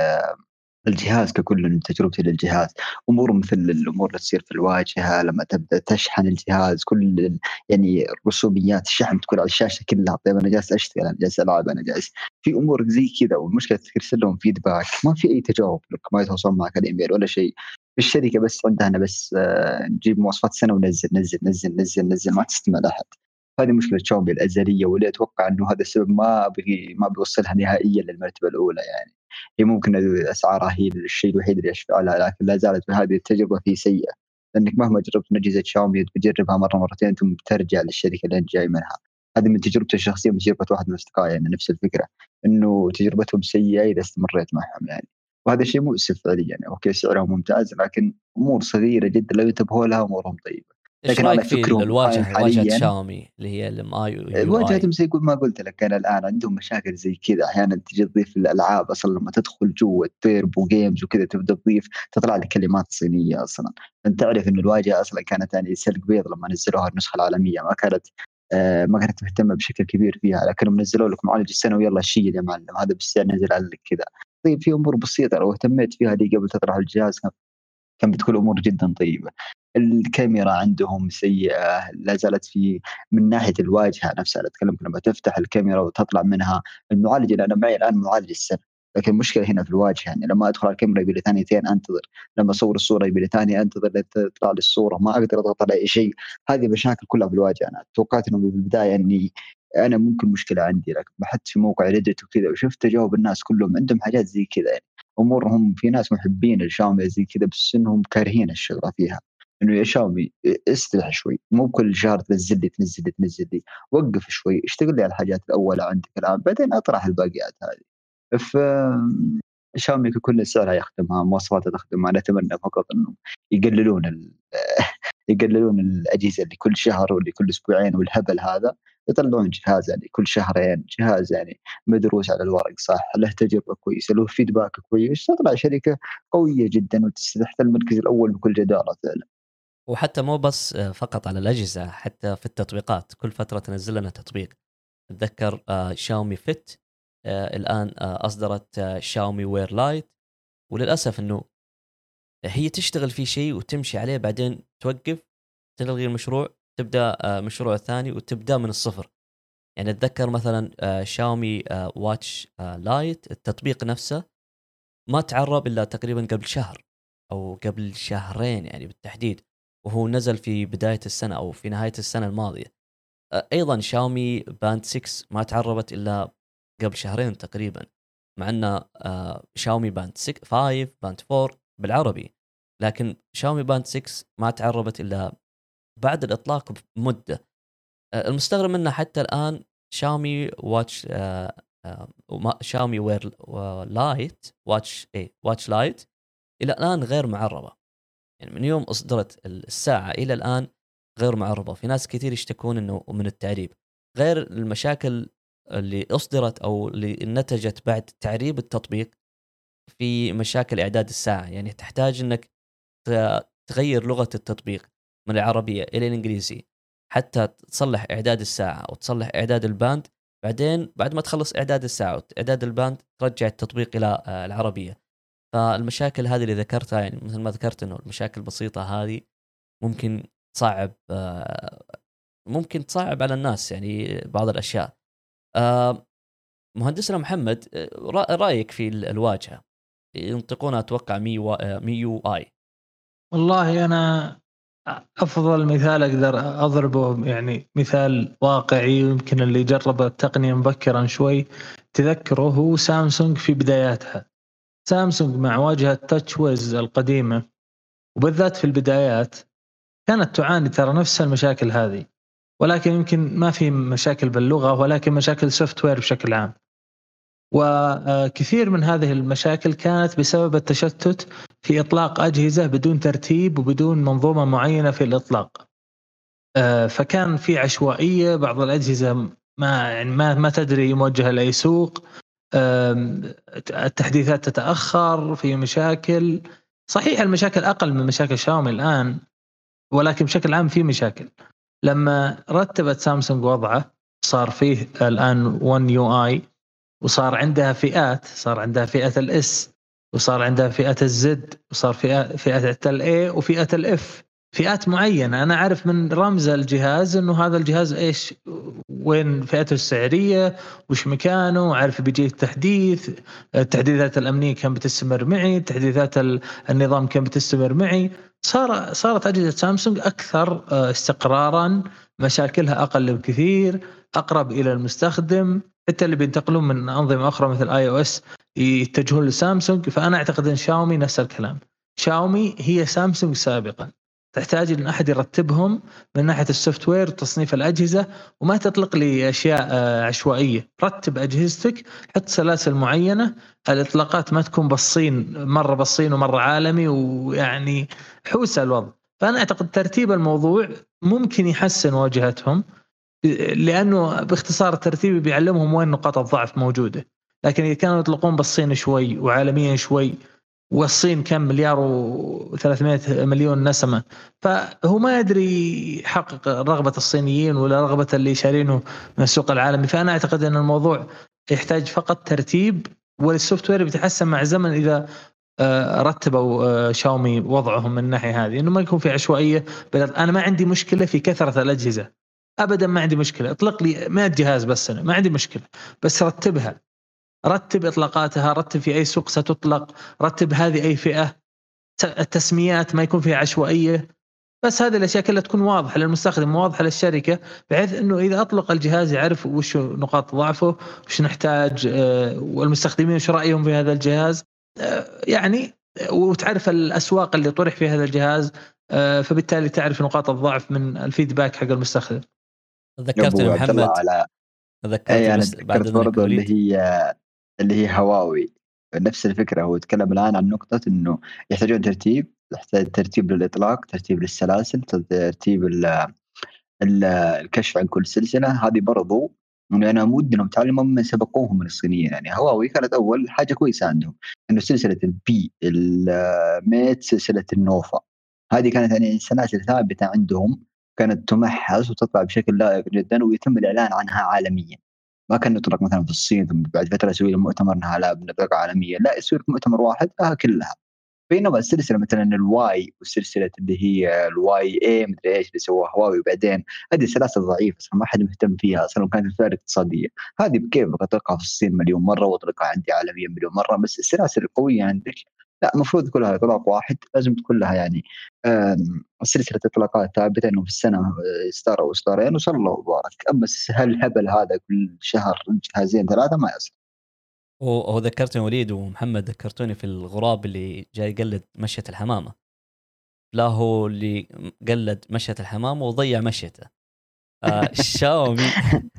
الجهاز ككل، من تجربتي للجهاز. أمور مثل الأمور اللي تصير في الواجهة لمّا تبدأ تشحن الجهاز، كل ال يعني رسوميات الشحن تكون على الشاشة كلها. طيب أنا جالس أشتغل، أنا جالس ألعب، أنا جالس في أمور زي كذا. والمشكلة ترسل لهم feedback، ما في أي تجاوب لك، ما يتواصلون معك على الإيميل ولا شيء. الشركة بس عندها أنا بس آآ نجيب مواصفات السنة وننزّل، نزّل، نزّل، نزّل، نزّل، ما تستمع لأحد. هذه مشكلة شاومي الأزلية، واللي أتوقع إنه هذا السبب ما بي ما بيوصّلها نهائيًا للمرتبة الأولى يعني. هي ممكن أسعارها هي الشيء الوحيد اللي يشفع لها، لكن لا زالت بهذه التجربة هي سيئة. لأنك مهما جربت من أجهزة شاومي بتجربها مرة مرتين ثم بترجع للشركة اللي أنت جاي منها. هذه من تجربتي الشخصية، من تجربة واحد من أصدقائي يعني نفس الفكرة، إنه تجربتهم سيئة إذا استمريت معهم يعني. وهذا شيء مؤسف فعليا يعني. أوكي سعرهم ممتاز، لكن أمور صغيرة جدا لو ينتبهوا لها أمورهم طيبة. ايش لكن رايك على في فكرهم حال- الواجهه واجهه حاليا شاومي اللي هي الام اي يو اي؟ واجهتهم زي ما قلت لك أنا الآن عندهم مشاكل زي كذا. أحيانا تجي تضيف الألعاب أصلا لما تدخل جوا التيربو جيمز وكذا تبدأ تضيف تطلع لك كلمات صينية أصلا. أنت تعرف إنه الواجهة أصلا كانت يعني سلق بيض لما نزلوها النسخة العالمية، ما كانت آه ما كانت مهتمة بشكل كبير فيها، لكنهم نزلوا لك معالج السنة ويلا شيل يا معلم هذا بالسعر نزل لك كذا. طيب في أمور بسيطة لو اهتميت فيها دي قبل تطرح الجهاز كان بتكون الأمور جدا طيبة. الكاميرا عندهم سيئة، لا زالت في من ناحية الواجهة نفسها. أتكلم لما تفتح الكاميرا وتطلع منها المعالج اللي أنا معي الآن معالج السنة، لكن المشكلة هنا في الواجهة. يعني لما أدخل على الكاميرا يبي لي ثانيتين أنتظر، لما أصور الصورة يبي لي ثانية أنتظر لتطلع لي الصورة، ما أقدر أضغط على أي شيء. هذه مشاكل كلها في الواجهة. أنا توقعت إنه في البداية إني أنا ممكن مشكلة عندي، لكن بحثت في موقع ريدت وكذا وشفت تجاوب الناس كلهم عندهم حاجات زي كذا يعني. امورهم في ناس محبين الشاومي زي كذا، بس انهم كارهين الشغله فيها. انه يا شاومي استرح شوي، مو كل شهر تنزل لي تنزل لي تنزل لي، وقف شوي، اشتغل لي على الحاجات الاولى عندك الان، بعدين اطرح الباقيات هذه. ف شاومي ككل سعرها يخدمها، مواصفاتها تخدمها. انا اتمنى فقط انه يقللون ال... يقللون الاجهزه اللي كل شهر واللي كل اسبوعين والهبل هذا. يطلعون جهاز يعني كل شهرين، جهاز يعني مدروس على الورق صح، له تجربة كويسة، له فيدباك كويس، تطلع شركة قوية جدا وتستحق المركز الأول بكل جدارة فعلا. وحتى مو بس آه، فقط على الأجهزة، حتى في التطبيقات كل فترة تنزل لنا تطبيق. أتذكر آه، شاومي فيت آه، الآن آه، أصدرت آه، شاومي وير لايت، وللأسف أنه هي تشتغل في شيء وتمشي عليه بعدين توقف، تلغي المشروع، تبدأ آه، مشروع ثاني وتبدأ من الصفر. يعني أتذكر مثلا آه، شاومي آه، واتش آه، لايت، التطبيق نفسه ما تعرب إلا تقريبا قبل شهر أو قبل شهرين يعني بالتحديد، وهو نزل في بداية السنة أو في نهاية السنة الماضية. أ- أيضا شاومي باند ستة ما تعربت إلا قبل شهرين تقريبا، مع أن آه، شاومي باند ستة خمسة باند أربعة بالعربي، لكن شاومي باند ستة ما تعربت إلا بعد الإطلاق بمدة. آه، المستغرب منه حتى الآن شاومي واتش آه، آه، وما- شاومي وير لايت واتش اي واتش لايت الى الان غير معربه. يعني من يوم اصدرت الساعه الى الان غير معربه. في ناس كثير يشتكون انه من التعريب، غير المشاكل اللي اصدرت او اللي نتجت بعد تعريب التطبيق. في مشاكل اعداد الساعه، يعني تحتاج انك ت- تغير لغه التطبيق من العربيه الى الانجليزي حتى تصلح اعداد الساعه او تصلح اعداد الباند. بعدين بعد ما تخلص اعداد الساعه واعداد الباند ترجع التطبيق الى آه، العربيه. فالمشاكل هذه اللي ذكرتها، يعني مثل ما ذكرت انه المشاكل البسيطه هذه ممكن تصعب آه، ممكن تصعب على الناس يعني بعض الاشياء. آه، مهندسنا محمد، آه، رأ- رايك في ال- الواجهه ينطقون اتوقع مي و... آه، مي يو اي. والله أنا أفضل مثال أقدر أضربه يعني مثال واقعي، ويمكن اللي جرب التقنية مبكرا شوي تذكره هو سامسونج في بداياتها. سامسونج مع واجهة تاتش ويز القديمة وبالذات في البدايات كانت تعاني ترى نفس المشاكل هذه، ولكن يمكن ما في مشاكل باللغة ولكن مشاكل سوفت وير بشكل عام. وكثير من هذه المشاكل كانت بسبب التشتت في إطلاق أجهزة بدون ترتيب وبدون منظومة معينة في الإطلاق. فكان في عشوائية، بعض الأجهزة ما يعني ما ما تدري موجهة لأي سوق، التحديثات تتأخر، في مشاكل. صحيح المشاكل أقل من مشاكل شاومي الآن، ولكن بشكل عام في مشاكل. لما رتبت سامسونج وضعه صار فيه الآن ون يو آي، وصار عندها فئات، صار عندها فئة الإس، وصار عندها فئة الزد، وصار فئة فئة الإيه وفئة الإف، فئات معينة. أنا أعرف من رمز الجهاز إنه هذا الجهاز إيش، وين فئته السعرية، وش مكانه، عارف بيجي التحديث، التحديثات الأمنية كم بتستمر معي، تحديثات النظام كم بتستمر معي. صار صارت أجهزة سامسونج أكثر استقراراً، مشاكلها أقل بكثير، أقرب إلى المستخدم. حتى اللي بينتقلون من أنظمة أخرى مثل آي أو إس يتجهون لسامسونج. فأنا أعتقد أن شاومي نفس الكلام. شاومي هي سامسونج سابقا، تحتاج أن أحد يرتبهم من ناحية السوفت وير وتصنيف الأجهزة، وما تطلق لي أشياء عشوائية. رتب أجهزتك، حط سلاسل معينة، الإطلاقات ما تكون بالصين، مرة بالصين ومرة عالمي، ويعني حوس الوضع. فأنا أعتقد ترتيب الموضوع ممكن يحسن واجهتهم، لأنه باختصار الترتيب بيعلمهم وين نقاط الضعف موجودة. لكن إذا كانوا يطلقون بالصين شوي وعالميا شوي، والصين كم مليار وثلاثمائة مليون نسمة، فهو ما يدري يحقق رغبة الصينيين ولا رغبة اللي شارينه من السوق العالمي. فأنا أعتقد أن الموضوع يحتاج فقط ترتيب، والسوفت وير بيتحسن مع الزمن إذا رتبوا شاومي وضعهم من الناحية هذه، إنه ما يكون في عشوائية. أنا ما عندي مشكلة في كثرة الأجهزة أبدا، ما عندي مشكلة، اطلق لي مئة جهاز بس، أنا ما عندي مشكلة، بس رتبها، رتب إطلاقاتها، رتب في أي سوق ستطلق، رتب هذه أي فئة، التسميات ما يكون فيها عشوائية. بس هذه الأشياء كلها تكون واضحة للمستخدم، واضحة للشركة، بحيث أنه إذا أطلق الجهاز يعرف وش نقاط ضعفه، وش نحتاج، والمستخدمين وش رأيهم في هذا الجهاز يعني، وتعرف الأسواق اللي طرح في هذا الجهاز، فبالتالي تعرف نقاط الضعف من الفيدباك حق المستخدم. ذكرتني محمد على ذكرتني بس بعد برضو اللي هي اللي هي هواوي نفس الفكرة. هو يتكلم الآن عن نقطة إنه يحتاجون ترتيب، يحتاج ترتيب للإطلاق، ترتيب للسلاسل، ترتيب الكشف عن كل سلسلة. هذه برضو إنه أنا مود إنهم تعلموا من سبقوهم من الصينيين. يعني هواوي كانت أول حاجة كويسة عندهم إنه سلسلة البي الميت، سلسلة النوفا، هذه كانت يعني سلاسل ثابتة عندهم، كانت تمحص وتطلع بشكل لائق جدا، ويتم الإعلان عنها عالميا. ما كان يطلق مثلا في الصين ثم بعد فترة يسوي مؤتمر انها لا بنطلق عالميا، لا يصير مؤتمر واحد لها كلها. بينما السلسلة مثلا الواي والسلسلة اللي هي الواي اي مدري ايش اللي سووها هواوي بعدين، هذه سلاسل ضعيفة ما حد مهتم فيها اصلا، كانت الفئة الاقتصادية. هذه بكيف اطلقها في الصين مليون مرة واطلقها عندي عالميا مليون مرة، بس السلاسل القوية عندك لا، المفروض كلها اطلاق واحد، لازم تكون لها يعني سلسلة اطلاقات ثابتة، انه في السنة اصدار او اصدارين وصلى الله وبارك. اما هالهبل هذا كل شهر جهازين ثلاثة ما يصير. وهو ذكرتني وليد ومحمد، ذكرتوني في الغراب اللي جاي يقلد مشية الحمامة. لا هو اللي قلد مشية الحمامة وضيع مشيته. آه شاومي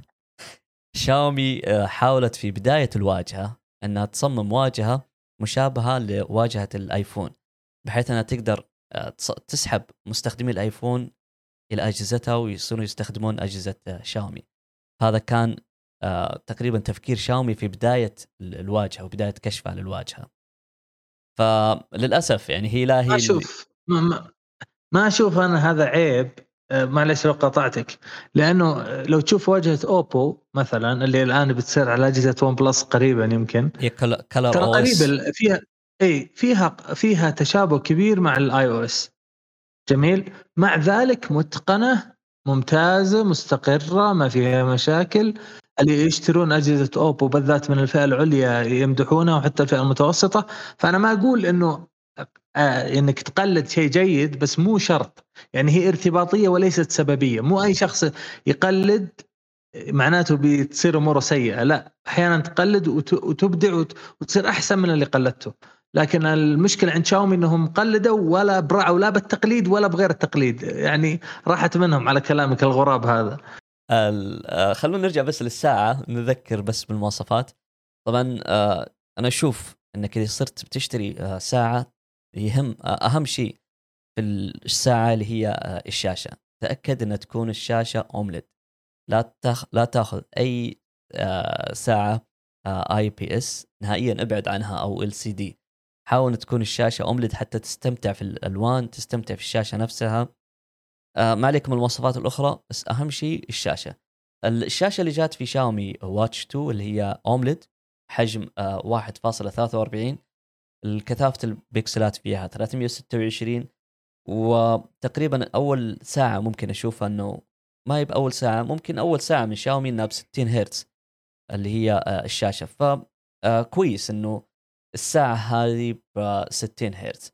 شاومي آه حاولت في بداية الواجهة أنها تصمم واجهة مشابهة لواجهة الآيفون، بحيث أنها تقدر آه تسحب مستخدمي الآيفون إلى أجهزتها ويصيروا يستخدمون أجهزة آه شاومي. هذا كان آه تقريبا تفكير شاومي في بداية الواجهة وبداية كشفها للواجهة. فللأسف يعني هي لا هي ما أشوف ما, ما, ما أشوف أنا هذا عيب. آه معلش لو قطعتك، لأنه لو تشوف واجهة أوبو مثلا اللي الآن بتصير على أجهزة ون بلس قريبا، يمكن ترى قريبا فيها أي فيها فيها تشابه كبير مع الآي أو إس. جميل، مع ذلك متقنة ممتازة مستقرة ما فيها مشاكل. اللي يشترون أجهزة أوبو بالذات من الفئة العليا يمدحونها، وحتى الفئة المتوسطة. فأنا ما أقول إنه آه إنك تقلد شيء جيد، بس مو شرط. يعني هي ارتباطية وليست سببية. مو أي شخص يقلد معناته بتصير أموره سيئة، لا، أحيانا تقلد وتبدع وتصير أحسن من اللي قلدته. لكن المشكلة عند شاومي إنهم قلدوا ولا برعوا لا بالتقليد ولا بغير التقليد، يعني راحت منهم على كلامك الغراب هذا. خلونا نرجع بس للساعة، نذكر بس بالمواصفات. طبعا آه انا اشوف انك اذا صرت بتشتري آه ساعه، يهم آه اهم شيء في الساعه اللي هي آه الشاشه. تاكد ان تكون الشاشه اومليد. لا تاخ... لا تاخذ اي آه ساعه آه اي بي اس نهائيا، ابعد عنها، او ال سي دي. حاول ان تكون الشاشه اومليد حتى تستمتع في الالوان، تستمتع في الشاشه نفسها. آه ما عليك من المواصفات الاخرى، بس اهم شيء الشاشه. الشاشه اللي جات في شاومي واتش تو اللي هي اومليد، حجم آه واحد فاصلة ثلاثة وأربعين، الكثافه البكسلات فيها ثلاثمية وستة وعشرين. وتقريبا اول ساعه ممكن اشوفها انه ما هي باول ساعه، ممكن اول ساعه من شاومي انها ب ستين هرتز اللي هي آه الشاشه. ف آه كويس انه الساعه هذه ب ستين هرتز.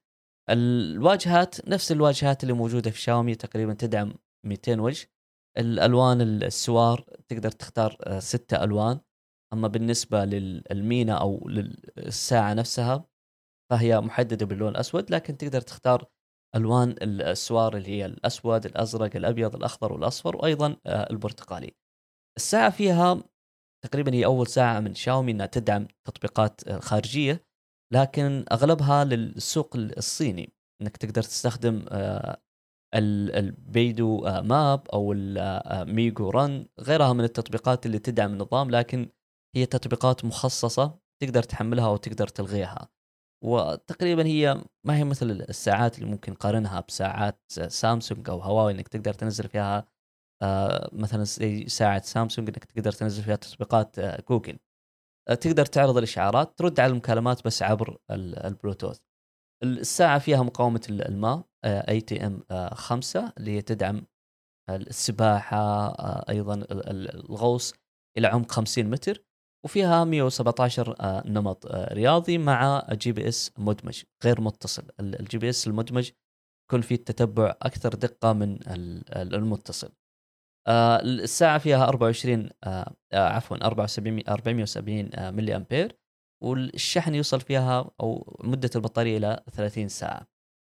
الواجهات نفس الواجهات اللي موجوده في شاومي، تقريبا تدعم مئتين وجه. الالوان السوار تقدر تختار آه، ستة الوان. اما بالنسبه للمينا او للساعه نفسها فهي محدده باللون الاسود، لكن تقدر تختار الوان السوار اللي هي الاسود، الازرق، الابيض، الاخضر والاصفر، وايضا آه، البرتقالي. الساعه فيها تقريبا هي اول ساعه من شاومي انها تدعم تطبيقات آه، خارجيه، لكن اغلبها للسوق الصيني، انك تقدر تستخدم آه، ال- البيدو آه، ماب او الميجو رن، غيرها من التطبيقات اللي تدعم النظام، لكن هي تطبيقات مخصصة تقدر تحملها وتقدر تلغيها. وتقريبا هي ما هي مثل الساعات اللي ممكن نقارنها بساعات سامسونج او هواوي، انك تقدر تنزل فيها آه، مثلا زي ساعة سامسونج انك تقدر تنزل فيها تطبيقات آه، جوجل. آه، تقدر تعرض الاشعارات، ترد على المكالمات بس عبر ال- البلوتوث. الساعة فيها مقاومة الماء اي تي ام خمسة اللي هي تدعم السباحة، آه، ايضا ال- ال- الغوص الى عمق خمسين متر. وفيها مئة وسبعة عشر آه، نمط آه، رياضي مع جي بي اس مدمج غير متصل. ال- الجي بي اس المدمج يكون فيه التتبع اكثر دقة من ال- ال- المتصل. آه، الساعة فيها أربعة وعشرين آه، آه، عفوا أربعة وسبعين أربعمية وسبعين آه، ملي أمبير، والشحن يوصل فيها أو مدة البطارية إلى ثلاثين ساعة.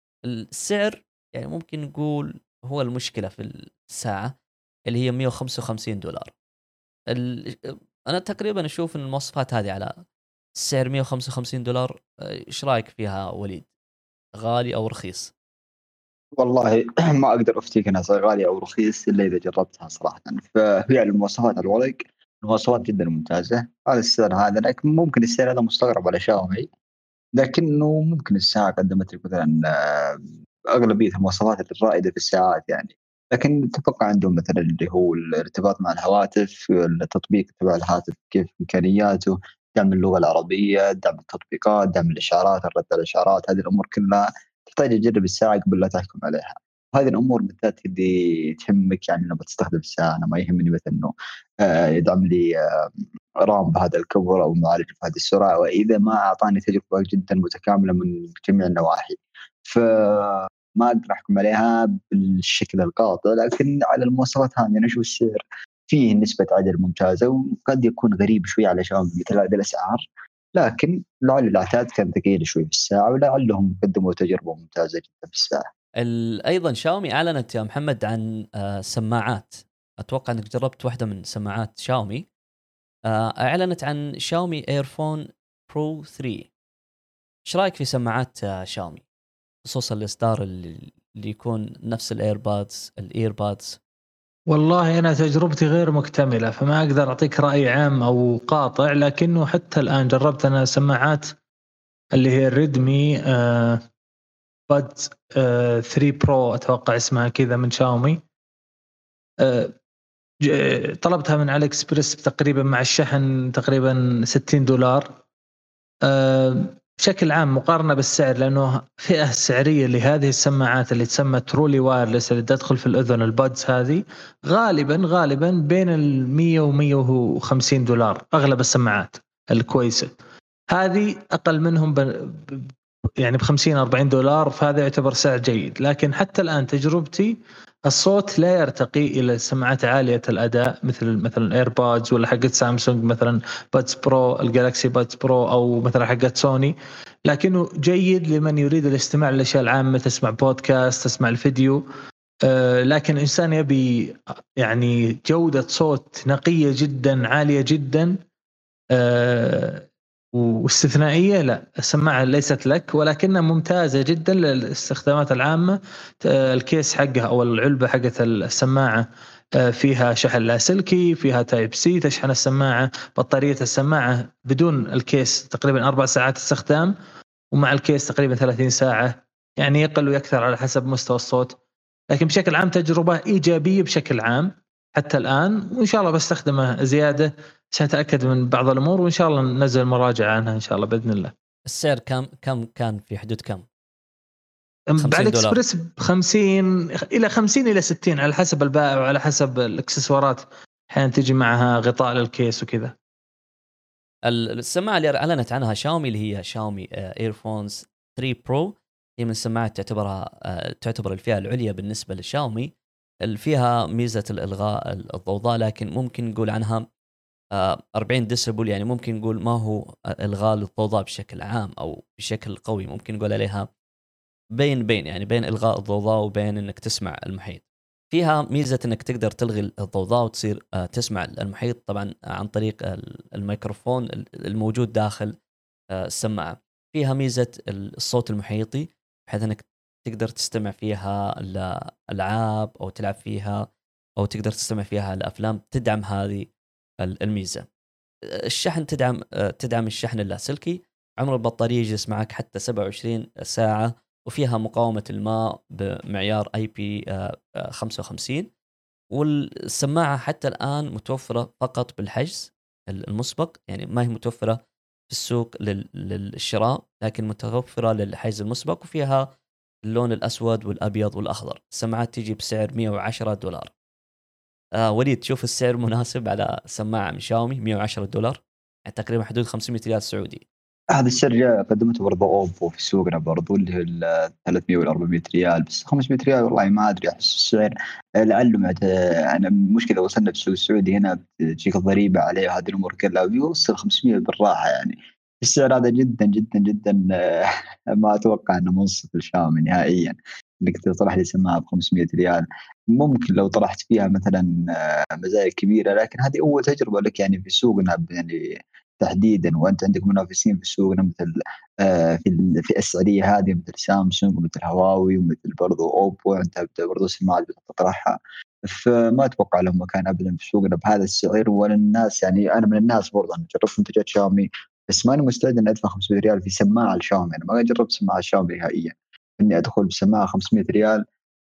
السعر يعني ممكن نقول هو المشكلة في الساعة اللي هي مئة وخمسة وخمسين دولار. ال... أنا تقريبا أشوف أن المواصفات هذه على سعر مئة وخمسة وخمسين دولار. آه، إيش رأيك فيها وليد؟ غالي أو رخيص؟ والله ما اقدر افتيك انها غاليه او رخيص الا اذا جربتها صراحه. فهي المواصفات على الورق المواصفات جدا ممتازه. هذا السعر هذا، لكن ممكن السعر هذا مستغرب على شاومي، لكنه ممكن الساعه قدمت لك مثلا آه، اغلبيه المواصفات الرائده في الساعات يعني. لكن تبقى عندهم مثلا اللي هو الارتباط مع الهواتف، التطبيق تبع الهاتف كيف امكانياته، دعم اللغه العربيه، دعم التطبيقات، دعم الاشعارات، الرد على الاشعارات. هذه الامور كلها تحتاج تجرب الساعه قبل لا تحكم عليها. هذه الامور بالذات اللي تهمك، يعني لما تستخدم الساعه انا ما يهمني مثلا انه آه، يدعم لي آه، رام بهذا الكبر او معالج بهذه السرعه، واذا ما اعطاني تجربه جدا متكامله من جميع النواحي فما اقدر احكم عليها بالشكل القاطع. لكن على المواصفات هذه انا اشوف السعر فيه نسبه عدل ممتازه، وقد يكون غريب شوي على شاومي مثل هذه الاسعار، لكن لعل العتاد كان ثقيل شوي في الساعه، ولعلهم قدموا تجربه ممتازه جدا في الساعه. ال- ايضا شاومي اعلنت يا محمد عن آه، سماعات. اتوقع انك جربت واحده من سماعات شاومي. آه، اعلنت عن شاومي ايرفون برو ثلاثة. ايش رايك في سماعات آه، شاومي، خصوصا الاصدار اللي اللي يكون نفس الايربادز الايربادز؟ والله أنا تجربتي غير مكتملة فما أقدر أعطيك رأي عام أو قاطع، لكنه حتى الآن جربت أنا سماعات اللي هي الريدمي آه باد آه ثلاثة برو أتوقع اسمها كذا من شاومي. آه ج- طلبتها من علي اكسبريس تقريبا مع الشحن تقريبا ستين دولار. آه بشكل عام مقارنة بالسعر، لأنه فئة سعرية لهذه السماعات اللي تسمى ترولي وايرلس اللي تدخل في الأذن البادز هذه غالبا غالبا بين المية ومية وخمسين دولار أغلب السماعات الكويسة. هذه أقل منهم ب... ب- يعني بخمسين أربعين دولار، فهذا يعتبر سعر جيد. لكن حتى الآن تجربتي الصوت لا يرتقي إلى سماعات عالية الأداء مثل مثلا ايربودز ولا حقت سامسونج مثلا بادز برو، الجالكسي بادز برو، أو مثلا حقت سوني. لكنه جيد لمن يريد الاستماع للأشياء العامة، تسمع بودكاست، تسمع الفيديو. آه، لكن إنسان يبي يعني جودة صوت نقية جدا عالية جدا، أه واستثنائية لا، السماعة ليست لك ولكنها ممتازة جدا للاستخدامات العامة. الكيس حقها أو العلبة حقت السماعة فيها شحن لاسلكي، فيها تايب سي تشحن السماعة. بطارية السماعة بدون الكيس تقريبا أربع ساعات استخدام، ومع الكيس تقريبا ثلاثين ساعة، يعني يقل ويكثر على حسب مستوى الصوت. لكن بشكل عام تجربة إيجابية بشكل عام حتى الآن، وإن شاء الله بستخدمه زيادة عشان أتأكد من بعض الأمور، وإن شاء الله ننزل مراجعة عنها إن شاء الله بإذن الله. السعر كم كم كان في حدود كم؟ بعد اكسبرس خمسين إلى خمسين إلى ستين على حسب البائع وعلى حسب الإكسسوارات، أحيانا تجي معها غطاء للكيس وكذا. السماعة اللي أعلنت عنها شاومي اللي هي شاومي إيرفونز ثري برو، هي من السماعات تعتبرها تعتبر الفئة العليا بالنسبة لشاومي، فيها ميزة الإلغاء الضوضاء، لكن ممكن نقول عنها أربعين ديسيبل، يعني ممكن نقول ما هو إلغاء الضوضاء بشكل عام أو بشكل قوي، ممكن نقول عليها بين بين يعني بين إلغاء الضوضاء وبين إنك تسمع المحيط. فيها ميزة إنك تقدر تلغي الضوضاء وتصير تسمع المحيط طبعا عن طريق الميكروفون الموجود داخل السماعة. فيها ميزة الصوت المحيطي بحيث إنك تقدر تستمع فيها الألعاب أو تلعب فيها أو تقدر تستمع فيها الأفلام، تدعم هذه الميزة. الشحن تدعم تدعم الشحن اللاسلكي. عمر البطارية يجلس معك حتى سبعة وعشرين ساعة، وفيها مقاومة الماء بمعيار آي بي خمسة وخمسين. والسماعة حتى الآن متوفرة فقط بالحجز المسبق، يعني ما هي متوفرة في السوق للشراء، لكن متوفرة للحجز المسبق، وفيها اللون الأسود والأبيض والأخضر. السماعات تيجي بسعر مئة وعشرة دولار. آه وليد، تشوف السعر مناسب على سماعة من شاومي مئة وعشرة دولار، يعني تقريبا حدود خمسمائة ريال سعودي. هذا السعر قدمته برضه أوبو في سوقنا برضه اللي هي ال ثلاثمائة ولا أربعمائة ريال، بس خمسمائة ريال والله ما أدري، أحس السعر لعله معت... أنا مشكلة وصلنا في السوق السعودي هنا بتجيك الضريبة عليه هذه الأمور كلها، بيوصل خمسمائة بالراحة. يعني السعر هذا جدا جدا جدا ما أتوقع أنه منصف للشاومي نهائيا إنك تطرح لي سماعة ب خمسمائة ريال. ممكن لو طرحت فيها مثلا مزايا كبيرة، لكن هذه أول تجربة لك يعني في سوقنا يعني تحديدا، وانت عندك منافسين في السوق مثل آه في الفئه السعريه هذه مثل سامسونج ومثل هواوي ومثل برضو اوبو، انت برضو سماعات بتطرحها، فما اتوقع لهم مكان ابدا في سوقنا بهذا السعر. ولا الناس يعني انا من الناس برضو انا جربت منتجات شاومي، بس ماني مستعد اني ادفع خمسمائة ريال في سماعه لشاومي. انا ما جربت سماعه شاومي نهائيا، اني ادخل بسماعه خمسمائة ريال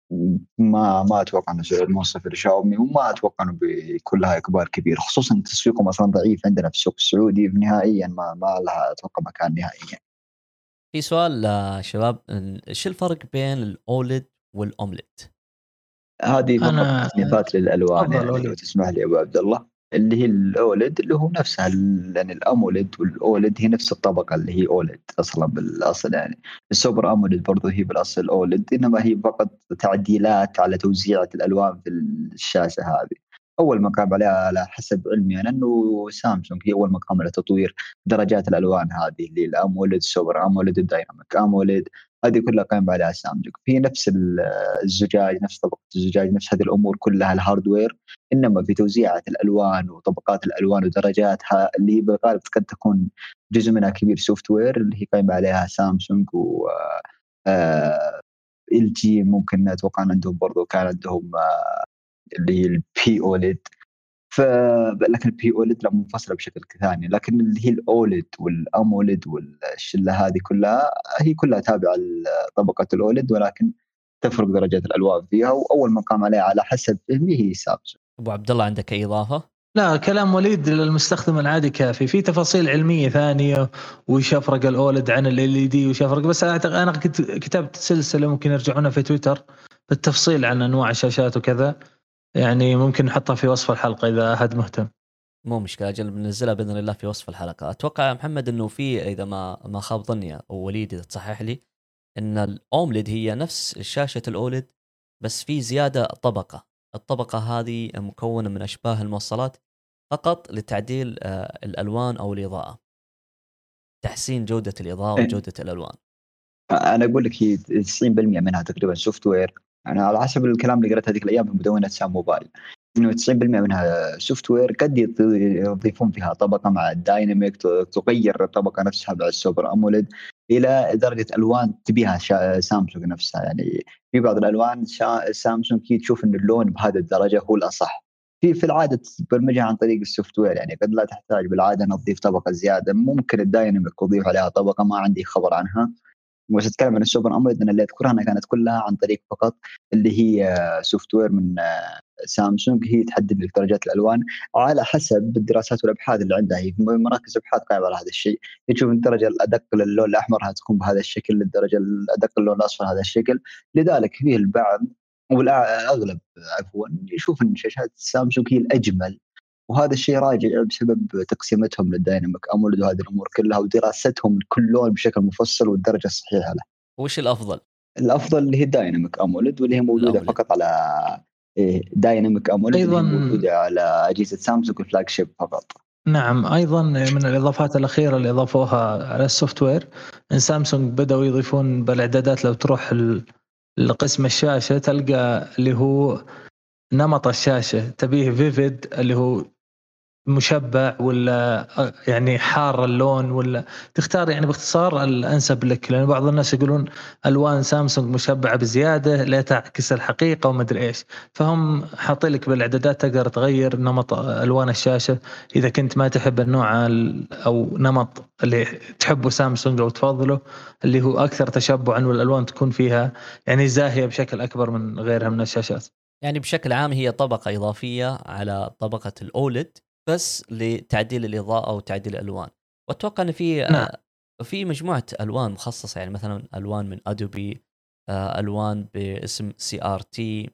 ما ما اتوقع انه سعر منصف لشاومي، وما اتوقع انه بيكون لها اقبال كبير، خصوصا تسويقهم اصلا ضعيف عندنا في السوق السعودي نهائيا، ما ما لها اتوقع مكان نهائيا. في سؤال شباب، ايش الفرق بين الاوليد والاومليد؟ هذه فقط تصنيفات للالوان يعني لو تسمح لي ابو عبد الله. اللي هي الاوليد اللي هو نفسها يعني الاموليد والاوليد هي نفس الطبقه اللي هي اوليد اصلا بالاصل، يعني السوبر اموليد برضو هي بالاصل اوليد، انما هي فقط تعديلات على توزيعة الالوان في الشاشه هذه. اول مقام عليها على حسب علمي انا انه سامسونج هي اول مقام على تطوير درجات الالوان هذه اللي الاموليد سوبر اموليد الدايناميك اموليد، هذه كلها قائمه عليها سامسونج. في نفس الزجاج نفس طبقه الزجاج نفس هذه الامور كلها الهاردوير، انما في توزيعة الالوان وطبقات الالوان ودرجاتها اللي بالغالب قد تكون جزء منها كبير سوفت وير اللي هي قائمه عليها سامسونج و ال جي. ممكن اتوقع عندهم برضو كان عندهم اللي هي البي اوليد، ف لكن البي اوليد لا منفصله بشكل ثاني. لكن اللي هي الاوليد والاموليد والشله هذه كلها هي كلها تابعه لطبقه الاوليد، ولكن تفرق درجات الالوان فيها، واول مقام عليها على حسب فهمي هي سامسونج. ابو عبد الله عندك اي اضافه؟ لا، كلام وليد للمستخدم العادي كافي. في تفاصيل علميه ثانيه وش يفرق الاولد عن ال ال دي وش يفرق، بس انا كتبت سلسله ممكن يرجعونها في تويتر بالتفصيل عن انواع الشاشات وكذا، يعني ممكن نحطها في وصف الحلقه اذا احد مهتم. مو مشكله، اجل بننزلها باذن الله في وصف الحلقه. اتوقع يا محمد انه في اذا ما ما خاب ظني او وليد اذا تصحح لي ان الاومليد هي نفس شاشه الاوليد بس في زياده طبقه. الطبقه هذه مكونه من اشباه الموصلات فقط لتعديل الالوان او الاضاءه، تحسين جوده الاضاءه وجوده الالوان. انا اقول لك هي تسعين بالمئة منها تقريبا سوفت وير. انا على حسب الكلام اللي قرأته هذيك الايام في مدونه سام موبايل، انه تسعين بالمئة منها سوفت وير، قد يضيفون فيها طبقه مع الدايناميك تغير الطبقه نفسها مع السوبر اموليد الى درجه الوان تبيها سامسونج نفسها. يعني في بعض الالوان سامسونج كي تشوف ان اللون بهذه الدرجه هو الاصح. في في العاده تبرمجها عن طريق السوفت وير، يعني قد لا تحتاج بالعاده ان تضيف طبقه زياده. ممكن الدايناميك تضيف عليها طبقه ما عندي خبر عنها. بس اتكلم عن السوبر اموليد، اللي اذكرها انها كانت كلها عن طريق فقط اللي هي سوفت وير من سامسونج، هي تحدد لك درجات الالوان على حسب الدراسات والابحاث اللي عندها. هي مراكز ابحاث قائمه على هذا الشيء، تشوف الدرجه الادق للون الاحمر هتكون بهذا الشكل، الدرجه الادق للون الاصفر هذا الشكل. لذلك فيه البعض والاغلب عفوا يشوف ان شاشات سامسونج هي الاجمل، وهذا الشيء راجع بسبب تقسيمتهم للدايناميك اموليد وهذه الامور كلها، ودراستهم لكل لون بشكل مفصل والدرجه الصحيحه له. وش الافضل؟ الافضل اللي هي دايناميك اموليد، واللي هي موجوده الأموليد. فقط على إيه دايناميك اموليد أيضاً اللي هي موجوده على اجهزه سامسونج الفلاج شيب فقط. نعم، أيضا من الإضافات الأخيرة اللي أضافوها على السوفت وير إن سامسونج بدأوا يضيفون بالإعدادات. لو تروح لقسم الشاشة تلقى اللي هو نمط الشاشة، تبيه فيفيد اللي هو مشبع ولا يعني حار اللون، ولا تختار يعني باختصار الأنسب لك. لأن بعض الناس يقولون ألوان سامسونج مشبعة بزيادة لا تعكس الحقيقة وما أدري إيش، فهم حاطين لك بالإعدادات تقدر تغير نمط ألوان الشاشة إذا كنت ما تحب النوع أو نمط اللي تحبه سامسونج أو تفضله اللي هو أكثر تشبعا والألوان تكون فيها يعني زاهية بشكل أكبر من غيرها من الشاشات. يعني بشكل عام هي طبقة إضافية على طبقة الأولد بس لتعديل الإضاءة أو تعديل الألوان. وأتوقع أن في نعم. في مجموعة ألوان مخصصة، يعني مثلا ألوان من أدوبي، ألوان باسم سي آر تي،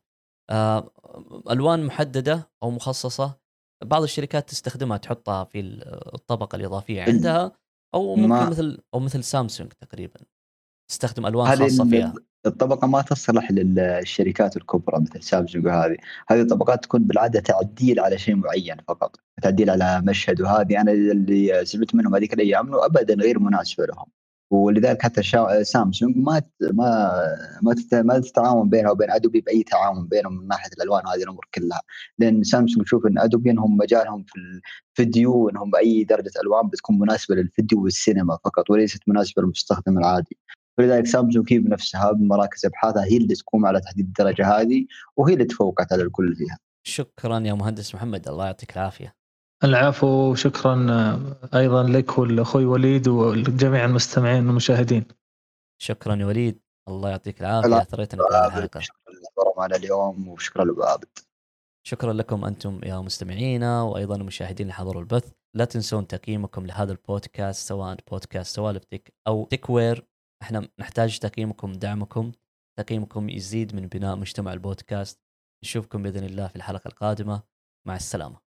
ألوان محددة أو مخصصة بعض الشركات تستخدمها تحطها في الطبقة الإضافية عندها، أو ممكن مثل أو مثل سامسونج تقريبا تستخدم ألوان خاصة فيها. الطبقة ما تصلح للشركات الكبرى مثل سامسونج، وهذه هذه الطبقات تكون بالعادة تعديل على شيء معين فقط، تعديل على مشهد، وهذه أنا اللي سمعت منهم هذيك الأيام إنه أبدا غير مناسبة لهم. ولذلك حتى سامسونج ما ما ما ما تتعاون بينها وبين ادوبي باي تعاون بينهم من ناحيه الالوان وهذه الامور كلها، لان سامسونج تشوف ان ادوبي انهم مجالهم في الفيديو، انهم باي درجه الوان بتكون مناسبه للفيديو والسينما فقط وليست مناسبه للمستخدم العادي. ولذلك سامسونج هي بنفسها بمراكز ابحاثها هي اللي تقوم على تحديد الدرجه هذه، وهي اللي تفوقت على الكل فيها. شكرا يا مهندس محمد، الله يعطيك العافيه. العفو، شكرا ايضا لك والاخوي وليد وجميع المستمعين والمشاهدين. شكرا يا وليد، الله يعطيك العافيه، اثريتنا في هذه الحلقه. شكرا لكم معنا اليوم وشكرا لعابد. شكرا لكم انتم يا مستمعينا وايضا المشاهدين اللي حضروا البث. لا تنسون تقييمكم لهذا البودكاست سواء بودكاست سوالف تك او تكوير. احنا نحتاج تقييمكم، دعمكم، تقييمكم يزيد من بناء مجتمع البودكاست. نشوفكم باذن الله في الحلقه القادمه، مع السلامه.